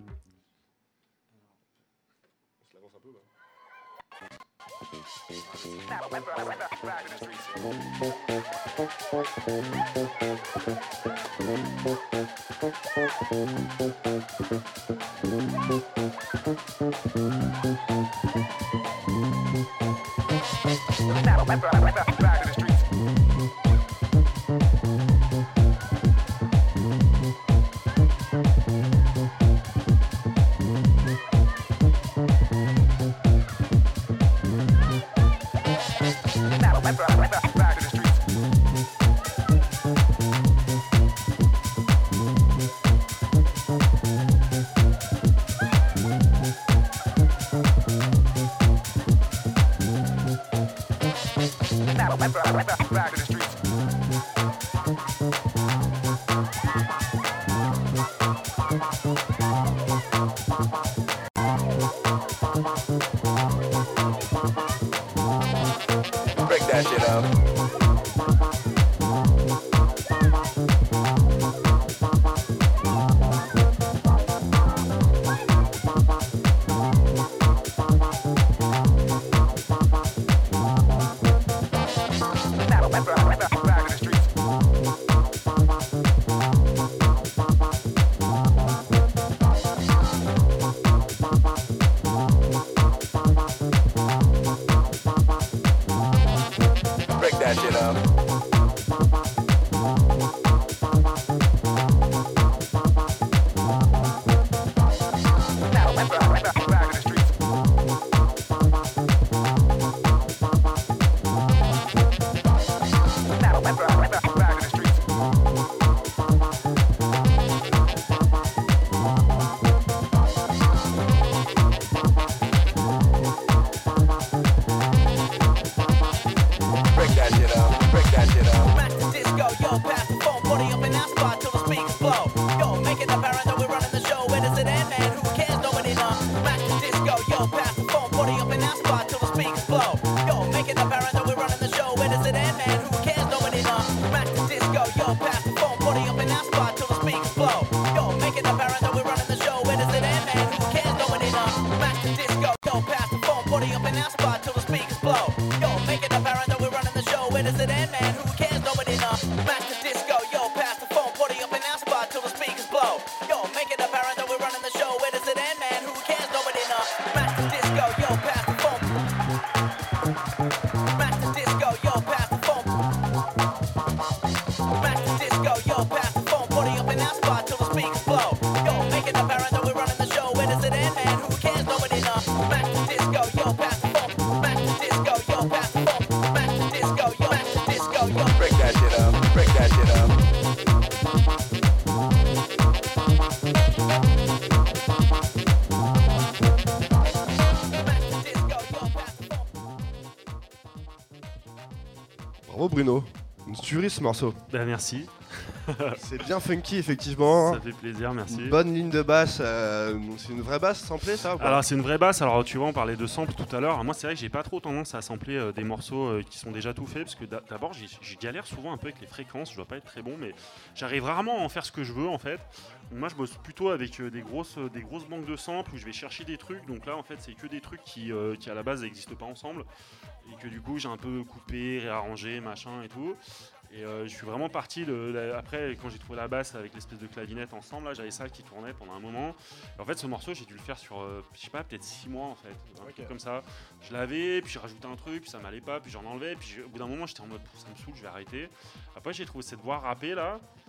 Bravo Bruno, une tuerie ce morceau. Bah merci. C'est bien funky effectivement. Ça fait plaisir, merci. Une bonne ligne de basse, c'est une vraie basse samplée ça ou pas? Alors c'est une vraie basse, alors tu vois on parlait de sample tout à l'heure, alors, moi c'est vrai que j'ai pas trop tendance à sampler des morceaux qui sont déjà tout faits, parce que d'abord j'ai galère souvent un peu avec les fréquences, je dois pas être très bon, mais j'arrive rarement à en faire ce que je veux en fait. Donc, moi je bosse plutôt avec des grosses banques de samples où je vais chercher des trucs, donc là en fait c'est que des trucs qui à la base n'existent pas ensemble, et que du coup j'ai un peu coupé, réarrangé, machin et tout. Et je suis vraiment parti après quand j'ai trouvé la basse avec l'espèce de clavinette ensemble, là j'avais ça qui tournait pendant un moment. Et en fait ce morceau j'ai dû le faire sur je sais pas, peut-être 6 mois en fait, un truc comme ça. Je l'avais, puis j'ai rajouté un truc, puis ça m'allait pas, puis j'en enlevais, puis au bout d'un moment j'étais en mode ça me saoule, je vais arrêter. Après j'ai trouvé cette voix rappée là.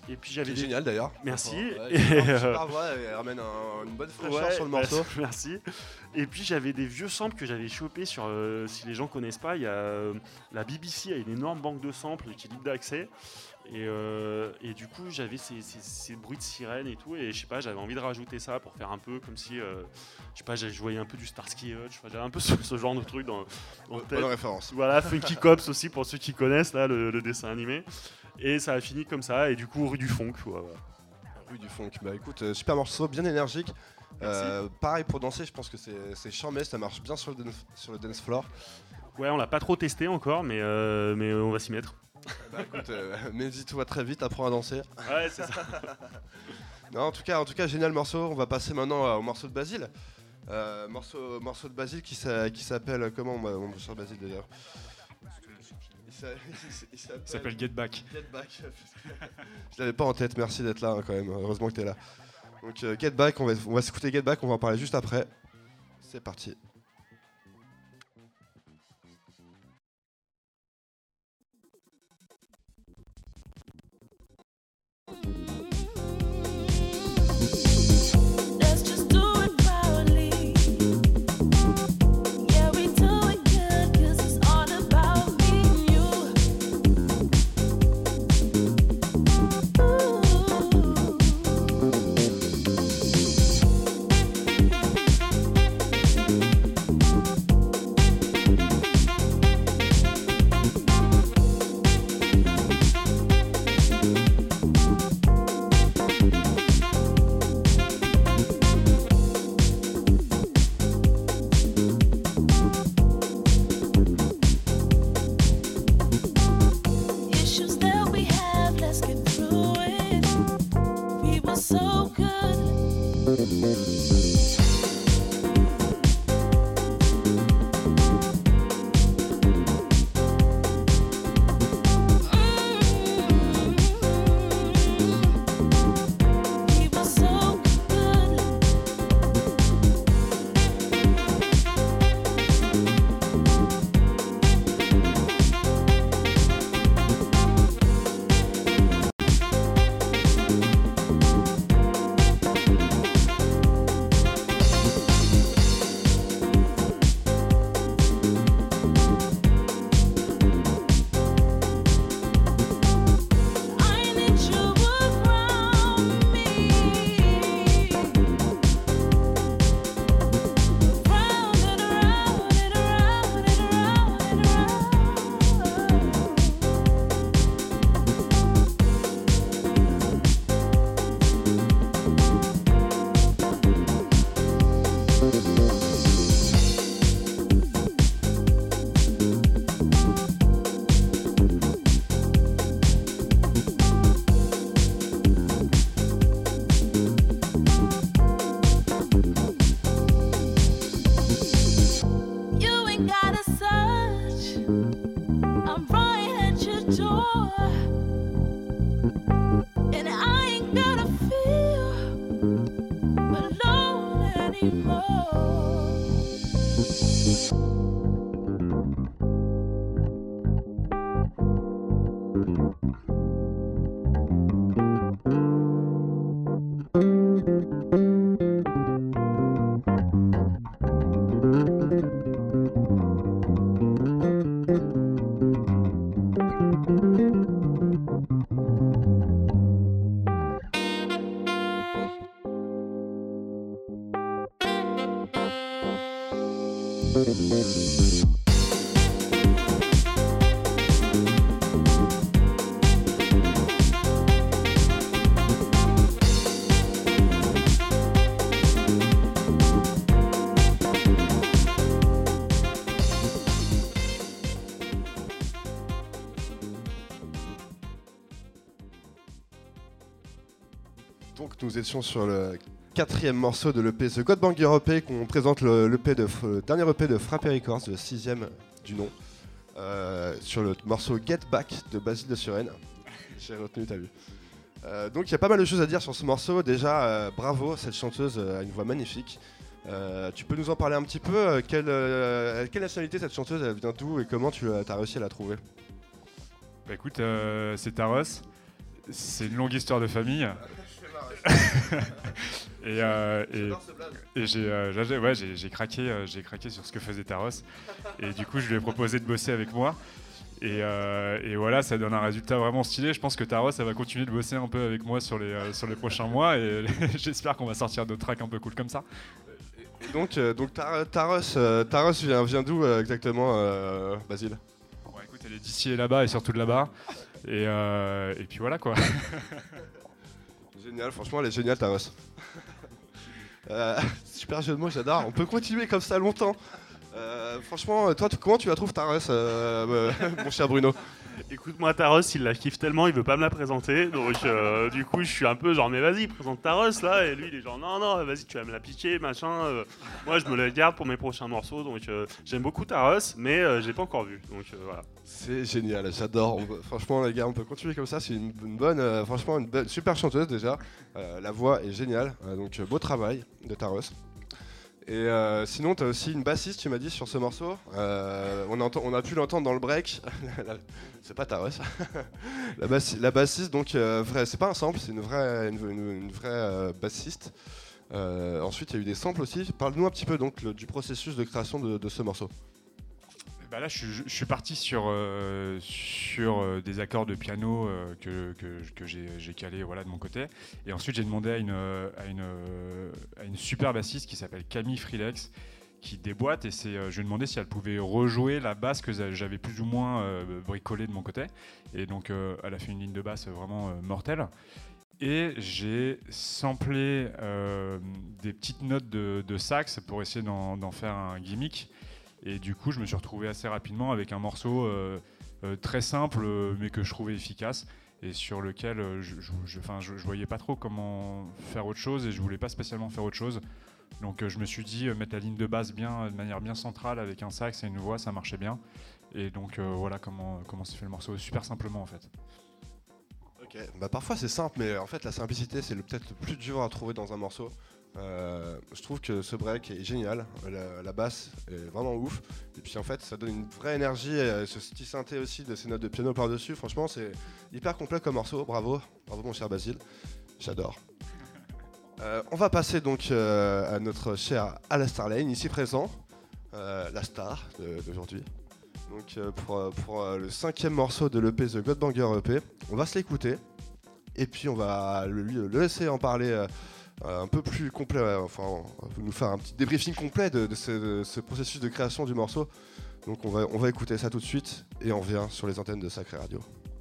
Et puis j'avais C'est génial d'ailleurs. Merci. Ouais, Et, super voix, elle ramène une bonne fraîcheur sur le morceau. Merci. Et puis j'avais des vieux samples que j'avais chopés sur, si les gens connaissent pas, il y a la BBC a une énorme banque de samples qui est libre d'accès. Et du coup j'avais ces bruits de sirène et tout, et je sais pas, j'avais envie de rajouter ça pour faire un peu comme si je sais pas, je voyais un peu du Starsky Hutch, j'avais un peu ce genre de truc dans tête. Bonne référence. Voilà, Funky Cops aussi pour ceux qui connaissent là le dessin animé. Et ça a fini comme ça, et du coup rue du funk. Voilà. Rue du funk. Bah écoute, super morceau, bien énergique. Pareil pour danser, je pense que c'est charmé, ça marche bien sur le dance floor. Ouais, on l'a pas trop testé encore, mais on va s'y mettre. Bah écoute, médite-toi très vite, apprends à danser. Ouais, c'est ça. Non, en tout cas, génial morceau. On va passer maintenant au morceau de Basile. Morceau de Basile qui s'appelle comment mon cher Basile d'ailleurs. Il s'appelle Get Back. Get Back. Je l'avais pas en tête, merci d'être là quand même. Heureusement que t'es là. Donc Get Back, on va s'écouter Get Back, on va en parler juste après. C'est parti. Donc nous étions sur le quatrième morceau de l'EP The God Banger EP, qu'on présente le dernier EP de Frappé Records, le 6ème du nom, sur le morceau Get Back de Basile de Suresnes. J'ai retenu, t'as vu. Donc il y a pas mal de choses à dire sur ce morceau. Déjà, bravo, cette chanteuse a une voix magnifique. Tu peux nous en parler un petit peu quelle nationalité cette chanteuse, elle vient d'où et comment tu as réussi à la trouver? Bah écoute, c'est Taros. c'est une longue histoire de famille. Et j'ai craqué sur ce que faisait Taros. Et du coup, je lui ai proposé de bosser avec moi. Et voilà, ça donne un résultat vraiment stylé. Je pense que Taros, ça va continuer de bosser un peu avec moi sur les prochains mois. Et j'espère qu'on va sortir d'autres tracks un peu cool comme ça. Et donc Taros vient d'où exactement, Basile? Bon, écoute, elle est d'ici et là-bas, et surtout de là-bas. Et puis voilà, quoi. Génial, franchement, elle est géniale, Taros. Super jeu de mots, j'adore. On peut continuer comme ça longtemps. Franchement, toi, comment tu la trouves, Taros, mon cher Bruno? Écoute-moi, Taros, il la kiffe tellement, il veut pas me la présenter. Donc, du coup, je suis un peu genre, mais vas-y, présente Taros là. Et lui, il est genre, non, vas-y, tu vas me la piquer, machin. Moi, je me la garde pour mes prochains morceaux. Donc, j'aime beaucoup Taros, mais je l'ai pas encore vu. Donc, voilà. C'est génial, j'adore. Franchement, les gars, on peut continuer comme ça. C'est une bonne, franchement, une super chanteuse déjà. La voix est géniale. Donc, beau travail de Taros. Et sinon, tu as aussi une bassiste, tu m'as dit, sur ce morceau. On a pu l'entendre dans le break. C'est pas Taros. La bassiste, donc, c'est pas un sample, c'est une vraie bassiste. Ensuite, il y a eu des samples aussi. Parle-nous un petit peu donc, du processus de création de ce morceau. Bah là, je suis parti sur des accords de piano que j'ai calé, voilà, de mon côté. Et ensuite, j'ai demandé à une super bassiste qui s'appelle Camille Frilex, qui déboîte. Et je lui ai demandé si elle pouvait rejouer la basse que j'avais plus ou moins bricolée de mon côté. Et donc, elle a fait une ligne de basse vraiment mortelle. Et j'ai samplé des petites notes de sax pour essayer d'en faire un gimmick. Et du coup, je me suis retrouvé assez rapidement avec un morceau très simple, mais que je trouvais efficace, et sur lequel je voyais pas trop comment faire autre chose, et je voulais pas spécialement faire autre chose. Donc je me suis dit, mettre la ligne de basse de manière bien centrale, avec un sax et une voix, ça marchait bien. Et donc voilà comment s'est fait le morceau, super simplement en fait. Ok, bah parfois c'est simple, mais en fait la simplicité c'est peut-être le plus dur à trouver dans un morceau. Je trouve que ce break est génial, la basse est vraiment ouf, et puis en fait ça donne une vraie énergie, ce petit synthé aussi de ces notes de piano par-dessus, franchement c'est hyper complet comme morceau, bravo mon cher Basile, j'adore. On va passer donc à notre cher Alastar Lane, ici présent, la star d'aujourd'hui. Donc pour le 5e morceau de l'EP The Godbanger EP, on va se l'écouter, et puis on va le laisser en parler un peu plus complet, enfin, nous faire un petit débriefing complet de ce processus de création du morceau. Donc on va écouter ça tout de suite et on revient sur les antennes de Sacré Radio.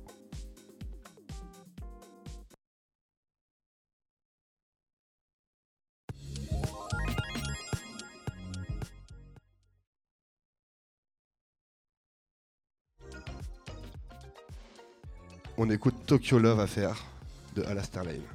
On écoute Tokyo Love Affair de Alastar Lane.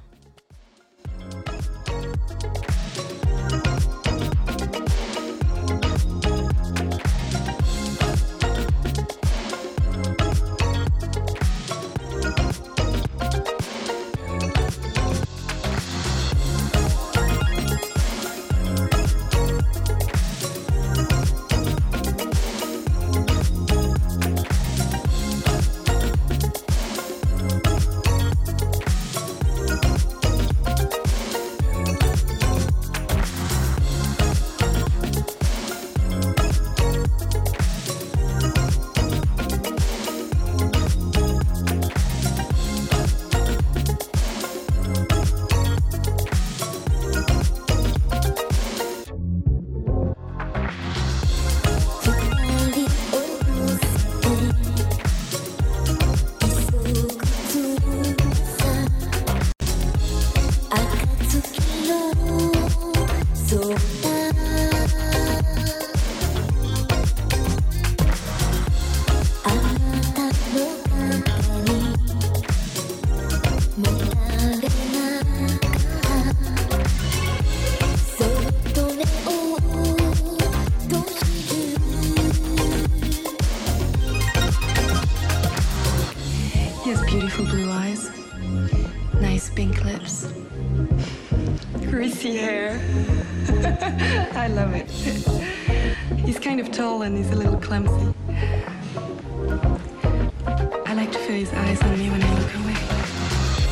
Beautiful blue eyes, nice pink lips, greasy hair. I love it. He's kind of tall and he's a little clumsy. I like to feel his eyes on me when I look away.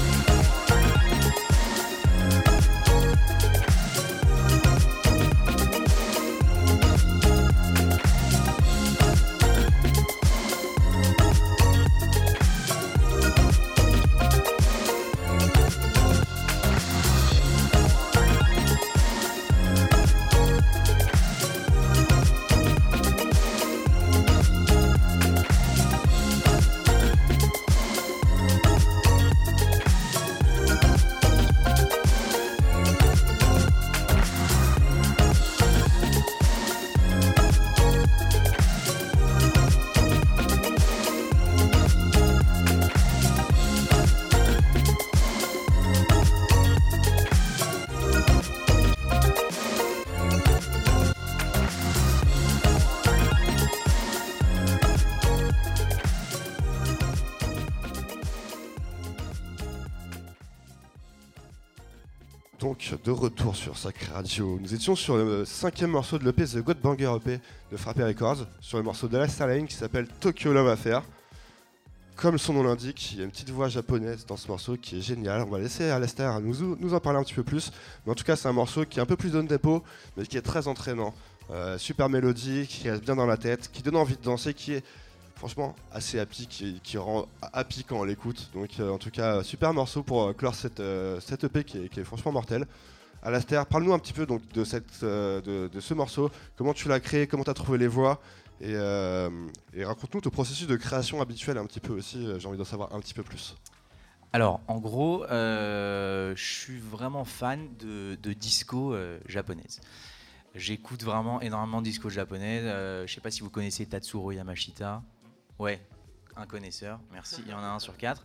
Donc, de retour sur Sacré Radio, nous étions sur le 5e morceau de l'EP The God Banger EP de Frappé Records, sur le morceau d'Alastair Lane qui s'appelle Tokyo Love Affair. Comme son nom l'indique, il y a une petite voix japonaise dans ce morceau qui est géniale. On va laisser Alastair nous en parler un petit peu plus. Mais en tout cas, c'est un morceau qui est un peu plus down-tempo, mais qui est très entraînant. Super mélodique, qui reste bien dans la tête, qui donne envie de danser, qui est franchement assez happy, qui rend happy quand on l'écoute. Donc en tout cas, super morceau pour clore cette EP qui est franchement mortel. Alastair, parle-nous un petit peu donc, de ce morceau, comment tu l'as créé, comment tu as trouvé les voix, et raconte-nous ton processus de création habituel un petit peu aussi, j'ai envie d'en savoir un petit peu plus. Alors, en gros, je suis vraiment fan de disco japonaise. J'écoute vraiment énormément de disco japonaise. Je sais pas si vous connaissez Tatsuro Yamashita. Ouais, un connaisseur, merci, il y en a 1 sur 4.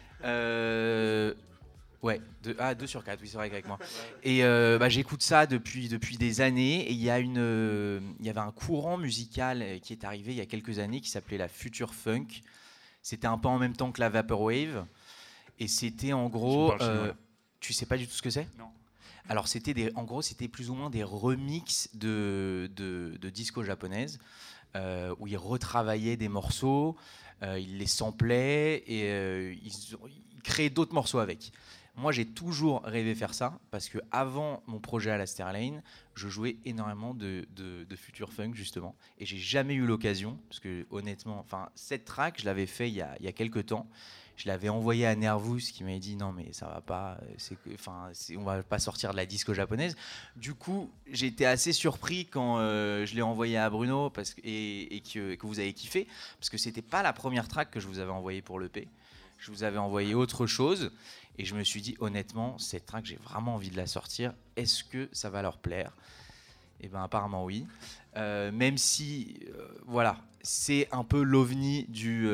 Ouais, 2 sur 4, oui, c'est vrai qu'avec moi. Et j'écoute ça depuis des années. Et il y avait un courant musical qui est arrivé il y a quelques années qui s'appelait la Future Funk. C'était un peu en même temps que la Vaporwave. Et c'était en gros... tu sais pas du tout ce que c'est ? Non. Alors c'était plus ou moins des remixes de disco japonaise où ils retravaillaient des morceaux, ils les samplaient et ils créaient d'autres morceaux avec. Moi, j'ai toujours rêvé faire ça parce que avant mon projet Alastair Lane, je jouais énormément de Future Funk justement, et j'ai jamais eu l'occasion parce que honnêtement, cette track, je l'avais fait il y a quelques temps. Je l'avais envoyé à Nervous qui m'avait dit non mais ça va pas, on va pas sortir de la disco japonaise. Du coup, j'ai été assez surpris quand je l'ai envoyé à Bruno et que vous avez kiffé parce que c'était pas la première track que je vous avais envoyée pour l'EP. Je vous avais envoyé autre chose. Et je me suis dit, honnêtement, cette track, j'ai vraiment envie de la sortir. Est-ce que ça va leur plaire ? Eh bien, apparemment, oui. Même si, c'est un peu l'ovni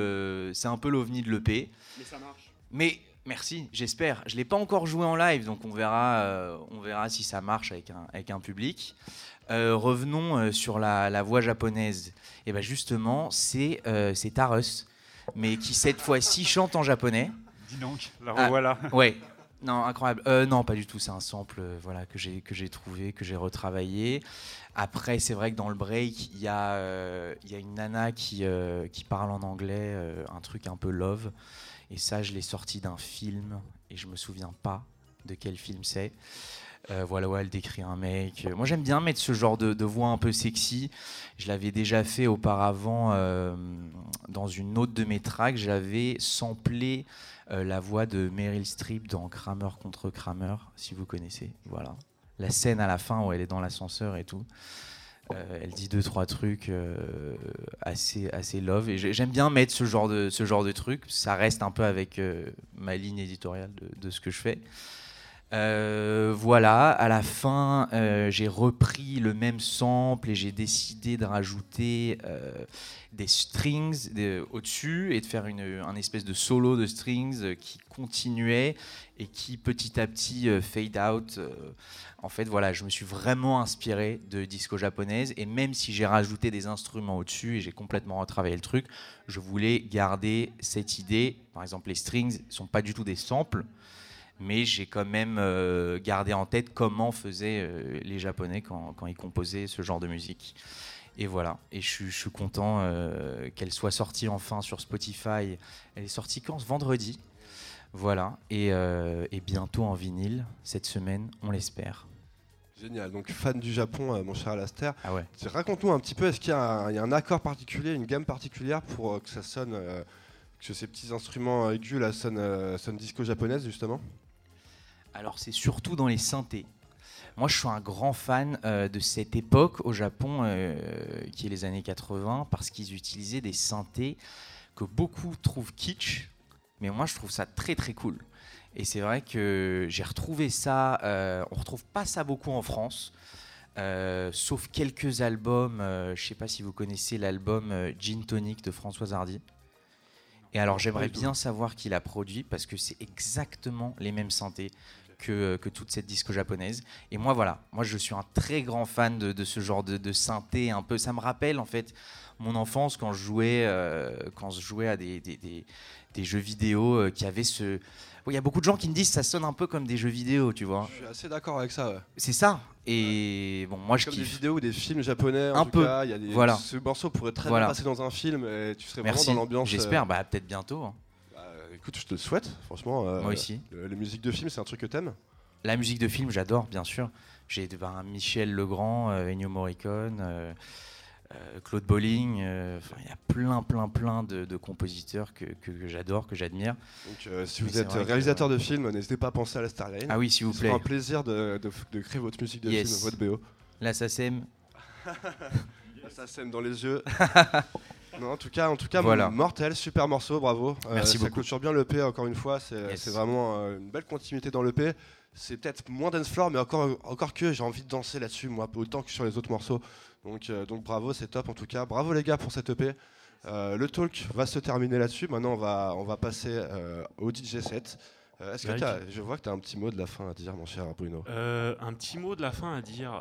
de l'EP. Mais ça marche. Mais merci, j'espère. Je ne l'ai pas encore joué en live, donc on verra si ça marche avec un public. Revenons sur la voix japonaise. Et bien, justement, c'est Tarus, mais qui, cette fois-ci, chante en japonais. Dis donc, la revoilà. Ouais, non, incroyable. Non, pas du tout, c'est un sample que j'ai trouvé, que j'ai retravaillé. Après, c'est vrai que dans le break, il y a une nana qui parle en anglais, un truc un peu love. Et ça, je l'ai sorti d'un film et je me souviens pas de quel film c'est. Elle décrit un mec. Moi, j'aime bien mettre ce genre de voix un peu sexy. Je l'avais déjà fait auparavant dans une autre de mes tracks. J'avais samplé la voix de Meryl Streep dans Kramer contre Kramer, si vous connaissez. Voilà. La scène à la fin où elle est dans l'ascenseur et tout. Elle dit 2-3 trucs assez love. Et j'aime bien mettre ce genre de trucs. Ça reste un peu avec ma ligne éditoriale de ce que je fais. À la fin, j'ai repris le même sample et j'ai décidé de rajouter des strings au-dessus et de faire un espèce de solo de strings qui continuait et qui petit à petit fade out. En fait, je me suis vraiment inspiré de disco japonaise et même si j'ai rajouté des instruments au-dessus et j'ai complètement retravaillé le truc, je voulais garder cette idée. Par exemple, les strings ne sont pas du tout des samples, mais j'ai quand même gardé en tête comment faisaient les Japonais quand ils composaient ce genre de musique. Et voilà, et je suis content qu'elle soit sortie enfin sur Spotify. Elle est sortie quand ? Vendredi. Voilà, et bientôt en vinyle, cette semaine, on l'espère. Génial, donc fan du Japon, mon cher Alastair. Ah ouais. Raconte-nous un petit peu, est-ce qu'il y a un accord particulier, une gamme particulière pour que ça sonne, que ces petits instruments aigus là sonnent disco japonaise justement ? Alors c'est surtout dans les synthés. Moi je suis un grand fan de cette époque au Japon qui est les années 80 parce qu'ils utilisaient des synthés que beaucoup trouvent kitsch, mais moi je trouve ça très très cool. Et c'est vrai que j'ai retrouvé ça, on retrouve pas ça beaucoup en France, sauf quelques albums, je sais pas si vous connaissez l'album Gin Tonic de Françoise Hardy. Et alors j'aimerais bien savoir qui l'a produit parce que c'est exactement les mêmes synthés que toute cette disco japonaise. Et moi, voilà, je suis un très grand fan de ce genre de synthé un peu. Ça me rappelle en fait mon enfance quand je jouais à des jeux vidéo qui avaient ce... Il y a beaucoup de gens qui me disent que ça sonne un peu comme des jeux vidéo, tu vois. Je suis assez d'accord avec ça. Ouais. C'est ça. Et bon, moi je comme kiffe. des vidéos ou des films japonais. Un peu. Il y a des... Voilà. Ce morceau pourrait très Voilà. bien passer dans un film et tu serais Merci. vraiment dans l'ambiance. J'espère. Peut-être bientôt. Hein. Écoute, je te le souhaite, franchement. Moi aussi. Les musiques de film, c'est un truc que t'aimes? La musique de film, j'adore, bien sûr. J'ai Michel Legrand, Ennio Morricone, Claude Bolling. Il y a plein de compositeurs que j'adore, que j'admire. Donc, si vous êtes réalisateur de film, n'hésitez pas à penser à la Starline. Ah oui, s'il vous plaît. C'est un plaisir de créer votre musique de film, votre BO. Là, ça sème. Ça sème dans les yeux. Non, en tout cas, voilà. mortel, super morceau, bravo. Merci beaucoup. Ça clôture bien l'EP, encore une fois. C'est vraiment une belle continuité dans l'EP. C'est peut-être moins dance floor, mais encore que j'ai envie de danser là-dessus, moi, autant que sur les autres morceaux. Donc bravo, c'est top en tout cas. Bravo les gars pour cette EP. Le talk va se terminer là-dessus. Maintenant, on va passer au DJ set. Est-ce que je vois que tu as un petit mot de la fin à dire, mon cher Bruno? Un petit mot de la fin à dire.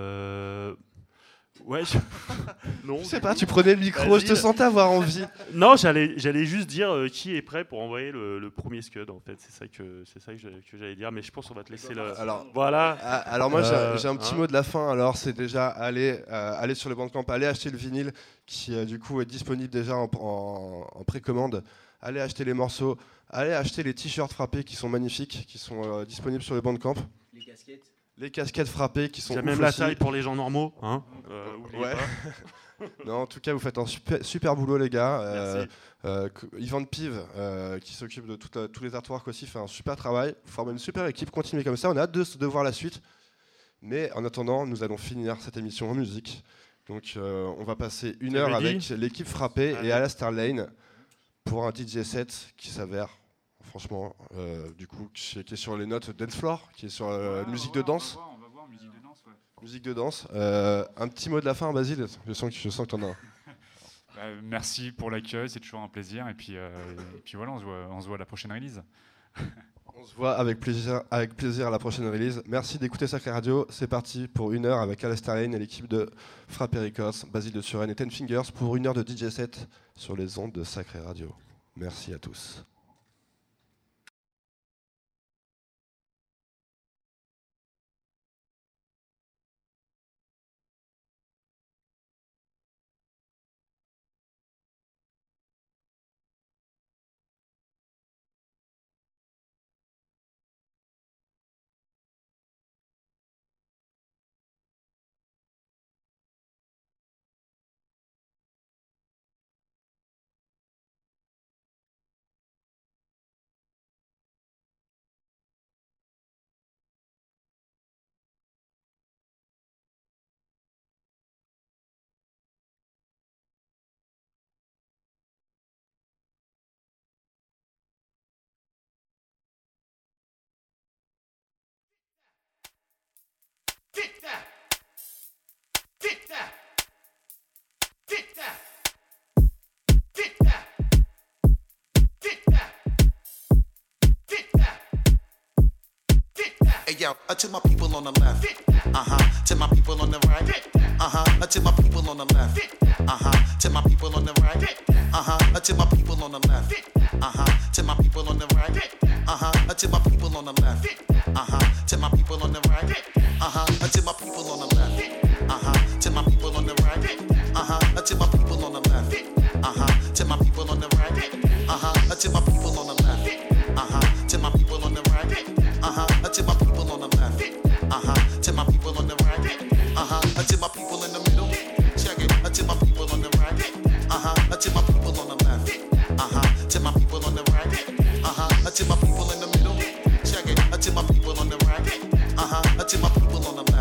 Ouais, non. Je sais pas, tu prenais le micro, je te sentais avoir envie. Non, j'allais juste dire qui est prêt pour envoyer le premier scud en fait. C'est ça que j'allais dire, mais je pense qu'on va te laisser le. Voilà. Alors moi j'ai un petit mot de la fin. Alors c'est déjà aller sur le Bandcamp, aller acheter le vinyle qui du coup est disponible déjà en précommande. Allez acheter les morceaux, allez acheter les t-shirts frappés qui sont magnifiques, qui sont disponibles sur le Bandcamp. Les casquettes frappées qui sont Il y a même la taille pour les gens normaux, hein. Ouais. Non, en tout cas, vous faites un super boulot, les gars. Yvan Pive, qui s'occupe de tous les artworks aussi, fait un super travail. Vous formez une super équipe, continuez comme ça. On a hâte de voir la suite. Mais en attendant, nous allons finir cette émission en musique. Donc, on va passer une heure avec l'équipe frappée et Alastair Lane pour un DJ set qui s'avère... Franchement, du coup, qui est sur les notes Dance Floor, qui est sur musique de danse. On va voir musique de danse. Ouais. Musique de danse. Un petit mot de la fin, Basile. Je sens que tu en as un. Merci pour l'accueil, c'est toujours un plaisir. Et puis voilà, on se voit à la prochaine release. On se voit avec plaisir à la prochaine release. Merci d'écouter Sacré Radio. C'est parti pour une heure avec Alastair Lane et l'équipe de Frappé Records, Basile de Suresnes et Ten Fingers pour une heure de DJ set sur les ondes de Sacré Radio. Merci à tous. Hey yo, to my people on the left, to my people on the right, to my people on the left, to my people on the right, to my people on the left, to my people on the right, to my people on the left, to my people on the right, to my people on the left, to my people on the right, to my people on the left, to my people on the right, to my people on the left, to my people on the right, to my people on the left, to my people on the right, to my people in the middle, check it, to my people on the right, to my people on the left, to my people on the right, to my people in the middle, check it, to my people on the right, to my people on the left.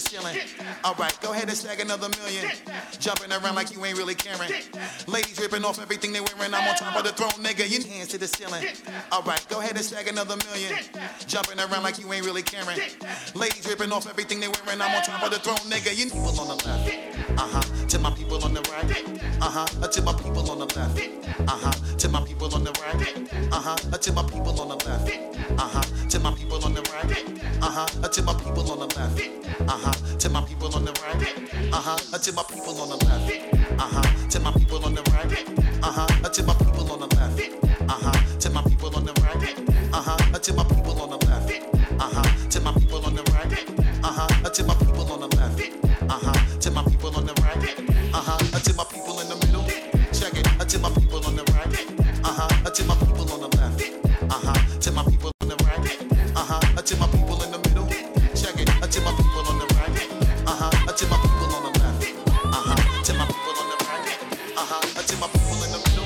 ceiling. Alright, go ahead and stack another million. Jumping around like you ain't really caring. Ladies ripping off everything they wearing. I'm on top of the throne, nigga. You hands to the ceiling. Alright, go ahead and stack another million. Jumping around like you ain't really caring. Ladies ripping off everything they wearing. I'm on top of the throne, nigga. You people on the left. To my people on the right. To my people on the left. To my people on the right. To my people on the left. To my people on the right. To my people on the left. To my people on the right. To my people on the left. To my people on the right. To my people on the left. To my people on the right. To my people on the left. To my people on the right. To my people on the left. To my people on the right. To my people in the middle. Check it. To my people on the right. To my people on the left. To my people on the right. To my people in the middle. Check it. To my people on the right. To my people on the left. To my people on the right. To my people in the middle.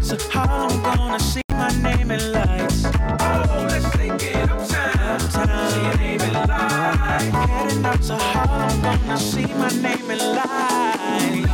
to Harlem, gonna see my name in lights. Oh, let's take it uptown. See your name in lights. Heading out to Harlem, gonna see my name in lights.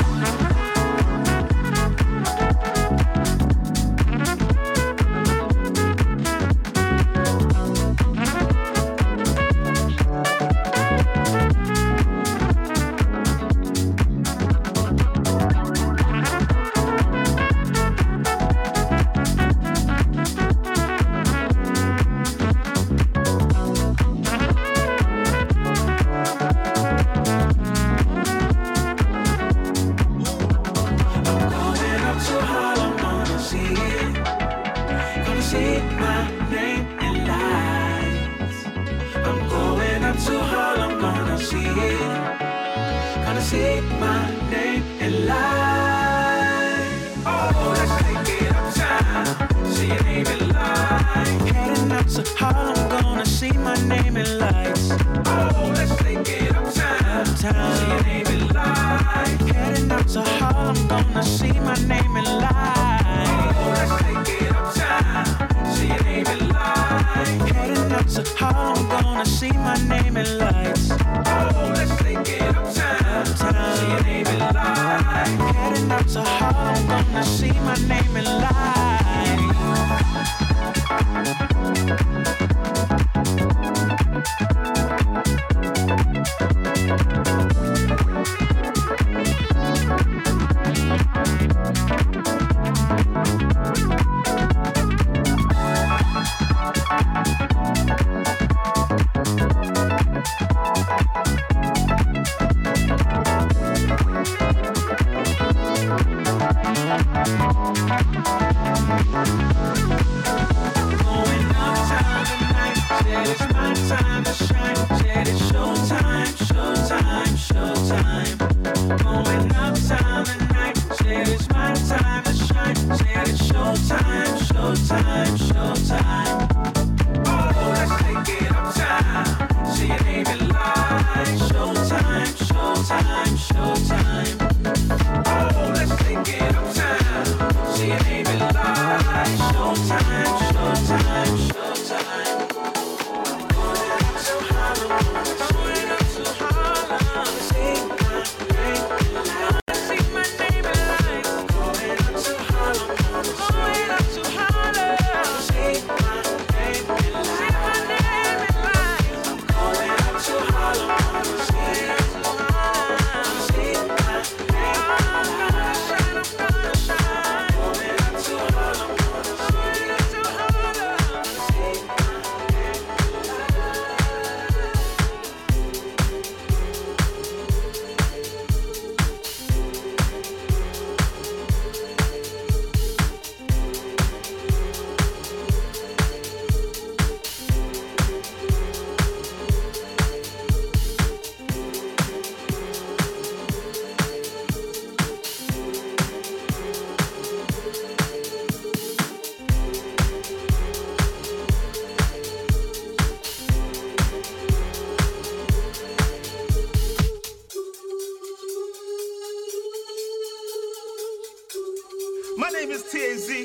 My name is TAZ.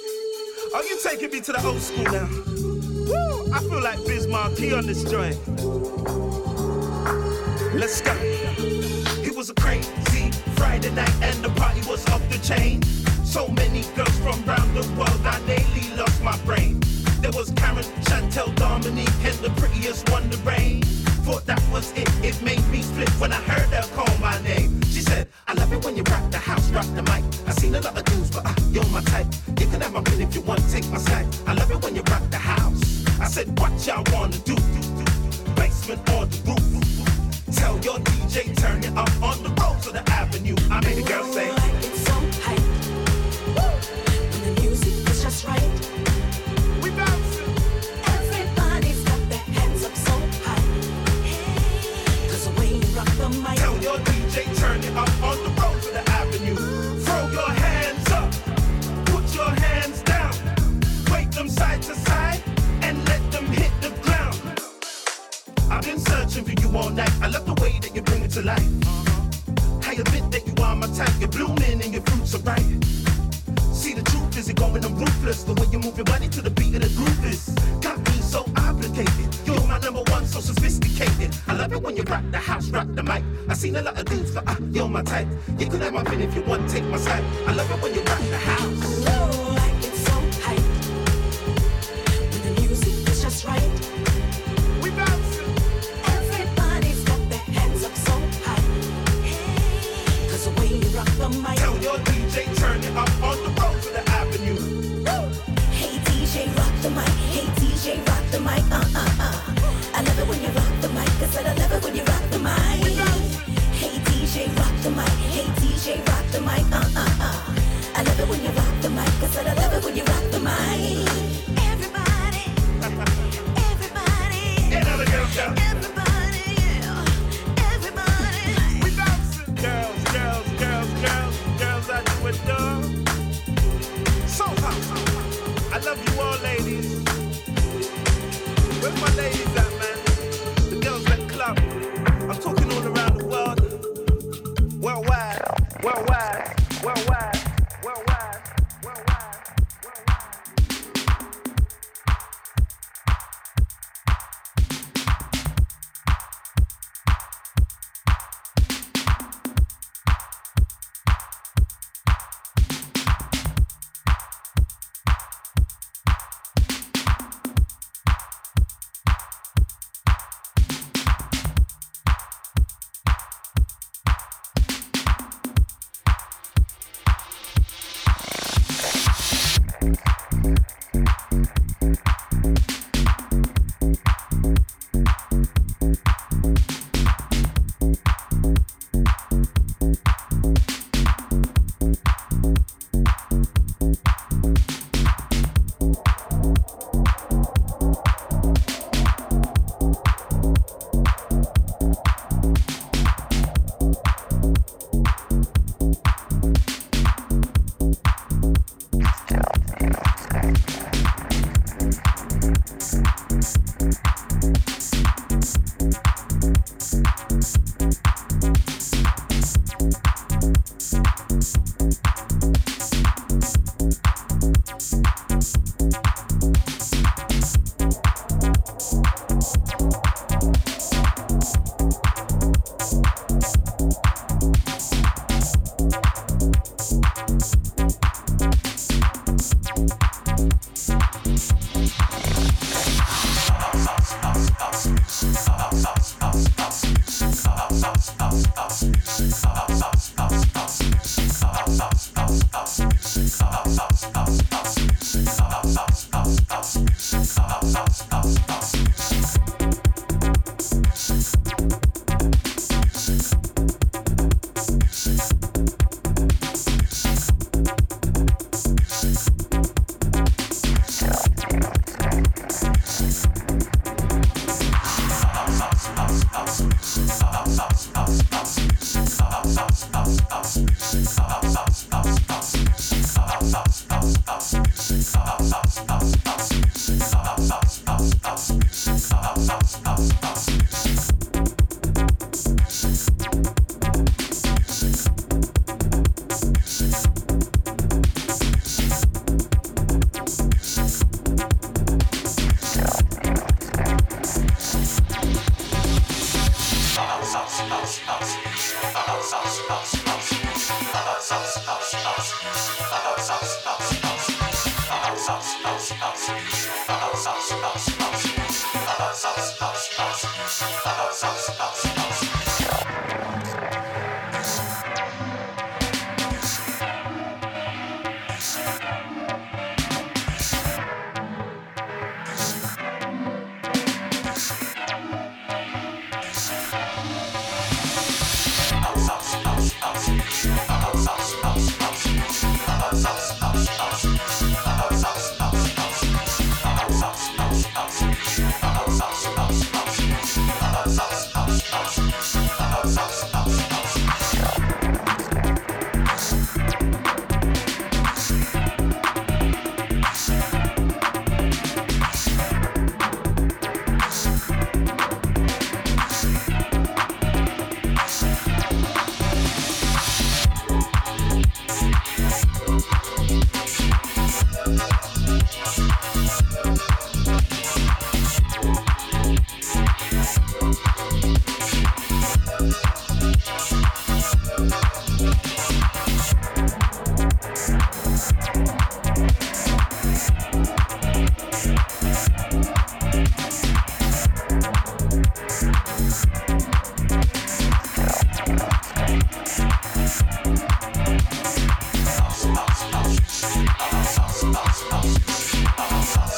Oh, you taking me to the old school now. Woo! I feel like Biz Markie on this joint. Let's go. It was a crazy Friday night and the party was off the chain. So many girls from around the world, I nearly lost my brain. There was Karen, Chantel, Dominique, and the prettiest one, Lorraine. Thought that was it, it made me flip when I heard her call my name. She said, I love it when you rock the house, rock the mic. I seen a lot of dudes, but you're my type. You can have my pin if you want, take my side. I love it when you rock the house. I said, what y'all wanna do? Basement or the roof? Tell your DJ, turn it up on the roads of the avenue. I made the girl say, like it's so hype. When the music is just right. We bouncing. Everybody's got their hands up so high. Cause the way you rock the mic. Tell your DJ, turn it up on the roads of the avenue. Throw your hands up, put your hands down. Wave them side to side and let them hit the ground. I've been searching for you all night. I love the way that you bring it to life. I admit that you are my type. You're blooming and your fruits are ripe. See the truth going and ruthless. The way you move your body to the beat of the groove is got me so obligated. You're my number one, so sophisticated. I love it when you rock the house, rock the mic. I seen a lot of dudes go, you're my type. You could have my pin if you want, take my side. I love it when you rock the house. Oh, like it's so hype. When the music is just right. We bouncing. Everybody's got their hands up so high. Hey, 'cause the way you rock the mic. Tell your DJ turn it up on the road to the avenue. Hey DJ, rock the mic. Hey DJ, rock the mic. I love it when you rock the mic. I said I love it when you rock the mic. Hey DJ, rock the mic. Hey DJ, rock the mic. I love it when you rock the mic. I said I love it when you rock the mic. Everybody, everybody, Another girl, girl. everybody, yeah, everybody. We bouncing. Girls, girls, girls, girls, girls, I do adore. So hot. I love you all, ladies. Where's my ladies at, man? The girls that club. I'm talking all around the world. Worldwide, worldwide, worldwide, worldwide, worldwide, worldwide.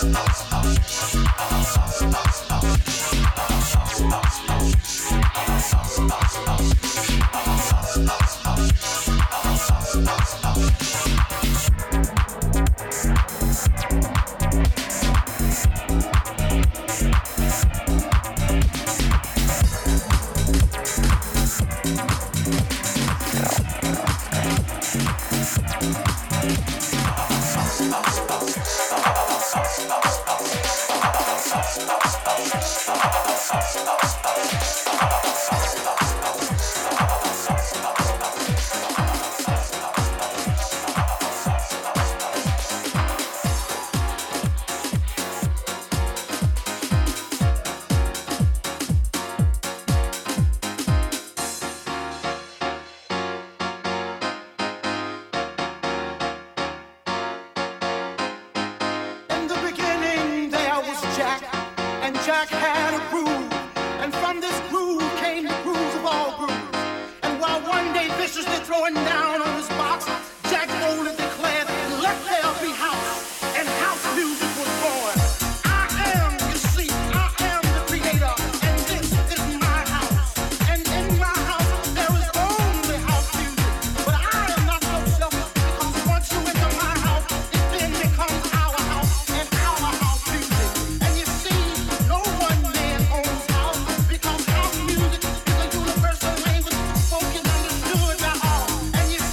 Because house music is a universal language spoken, understood by all. And you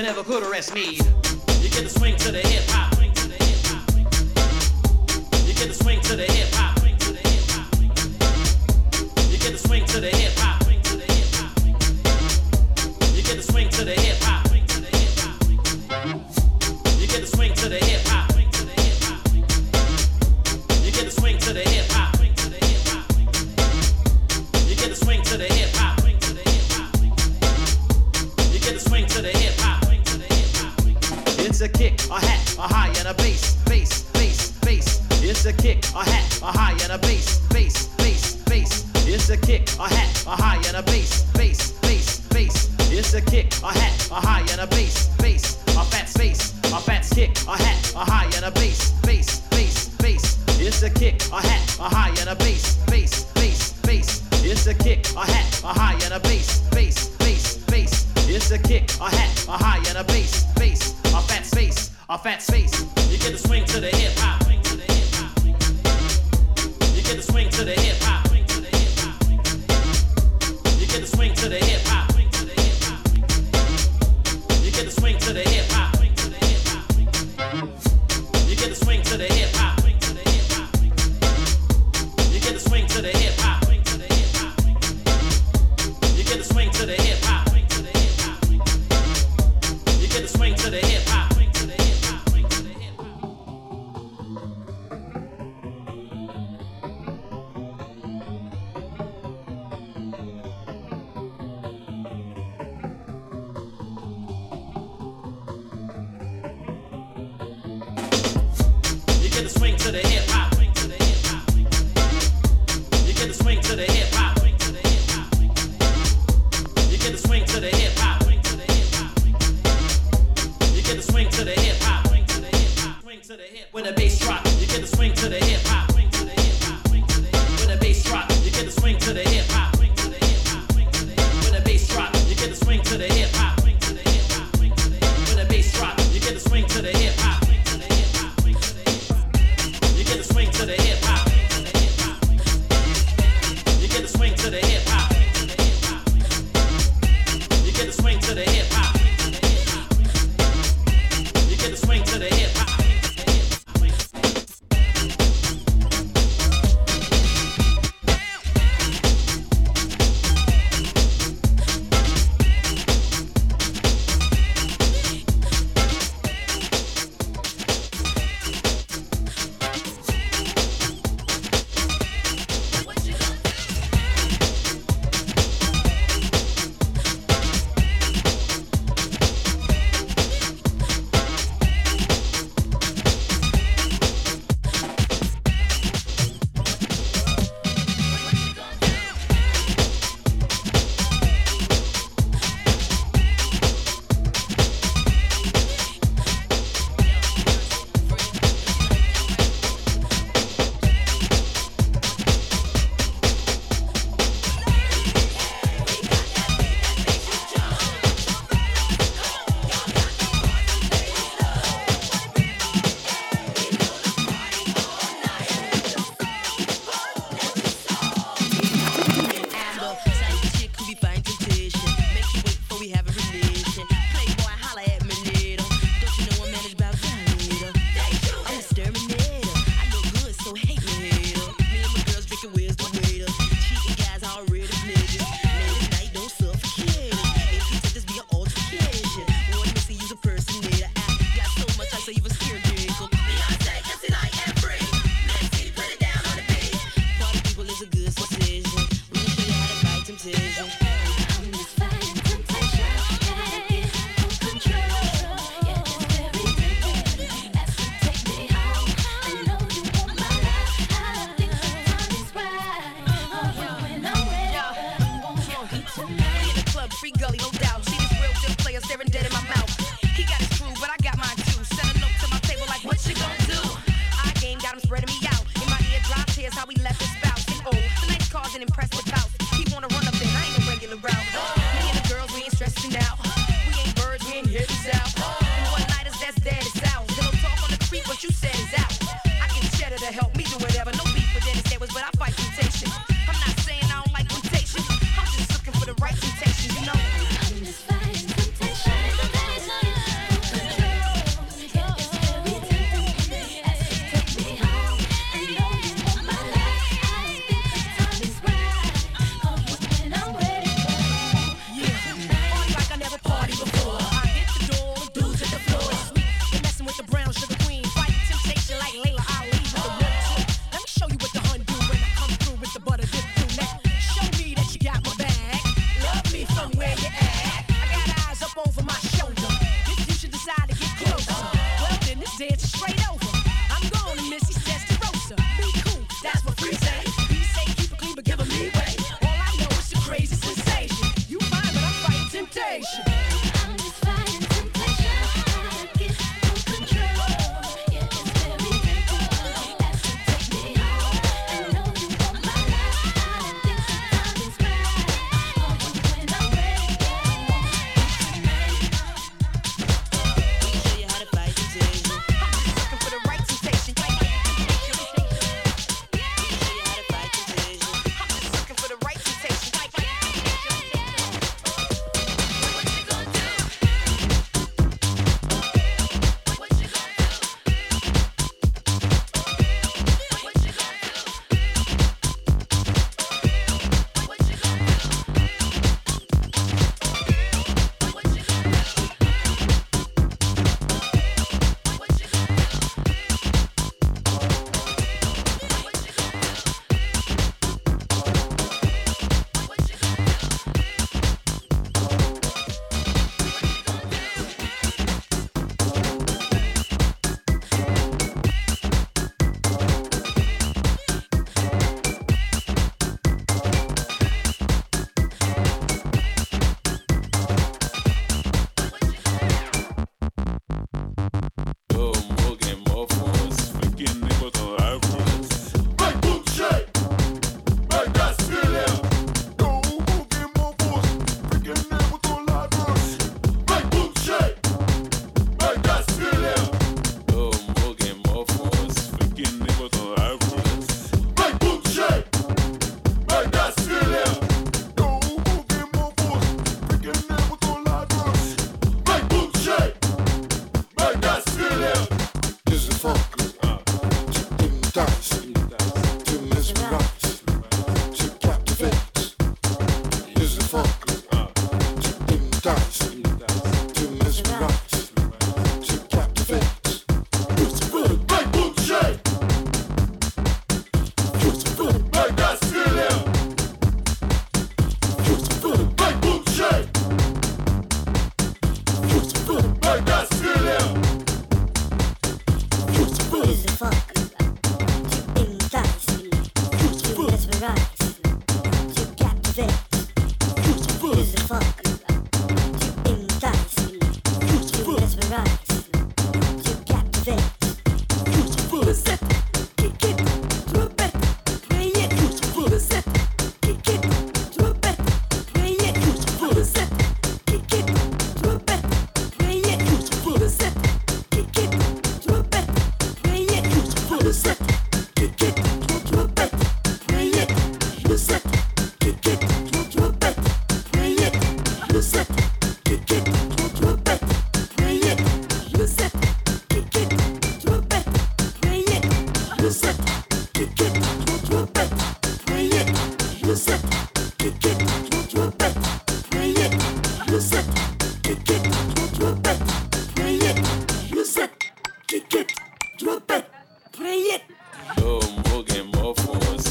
never could arrest me. You get the swing to the hip hop. You get the swing to the hip hop. You get the swing to the hip hop. You get the swing to the hip hop. You get the swing to the hip hop. You get the swing to the hip hop. You get the swing to the hip hop. You get the swing to the hip hop. It's a kick, a hat, a high and a bass, bass, bass, bass. It's a kick, a hat, a high and a bass, bass, bass, bass. It's a kick, a hat, a high and a bass, bass, bass, bass. It's a kick, a hat, a high and a bass, bass, a fat space, a fat kick, a hat, a high and a bass, bass, bass, bass. It's a kick, a hat, a high and a bass, bass, bass, bass. It's a kick, a hat, a high and a bass, bass, bass, bass. It's a kick, a hat, a high and a bass, bass, a fat space, a fat space. You get the swing to the hip hop. You get the swing to the hip hop. You get the swing to the hip hop. You get the swing to the hip hop. You get the swing to the hip hop. You get the swing to the hip hop. You get the swing to the hip hop. You get the swing to the hip hop. You get the swing to the hip hop. You get the swing to the hip hop. You get the swing to the hip hop. You get the swing to the hip hop. When the bass drop, you get the swing to the hip hop. When the bass drop, you get the swing to the hip hop. When the bass drop, you get the swing to the hip hop. When the bass drop, you get the swing to the hip hop. You get the swing to the hip hop. You get the swing to the hip hop. You get the swing to the hip hop. You get the swing to the hip hop. Right temptation, you know. I'm just fighting temptation. over my shoulder. If you should decide to get closer, well then this dance is straight over. I'm going to Missy Testarossa. Be cool, that's what free say. He say keep it clean but give him leeway. All I know is the crazy sensation. You fine but I'm fighting temptation. I'm just fighting temptation. Gotta get full control. Yeah, it's very simple. That's the technique. I know you want my life. I think sometimes it's right. Oh, when I'm ready, Show you how to fight temptation. I'm just looking for the right temptation. Show you how to fight temptation. I'm just looking for the right temptation. What you gonna do? What you gonna do? What you gonna do? What you gonna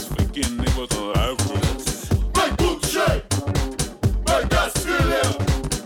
Make boom shake, make that still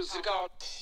music all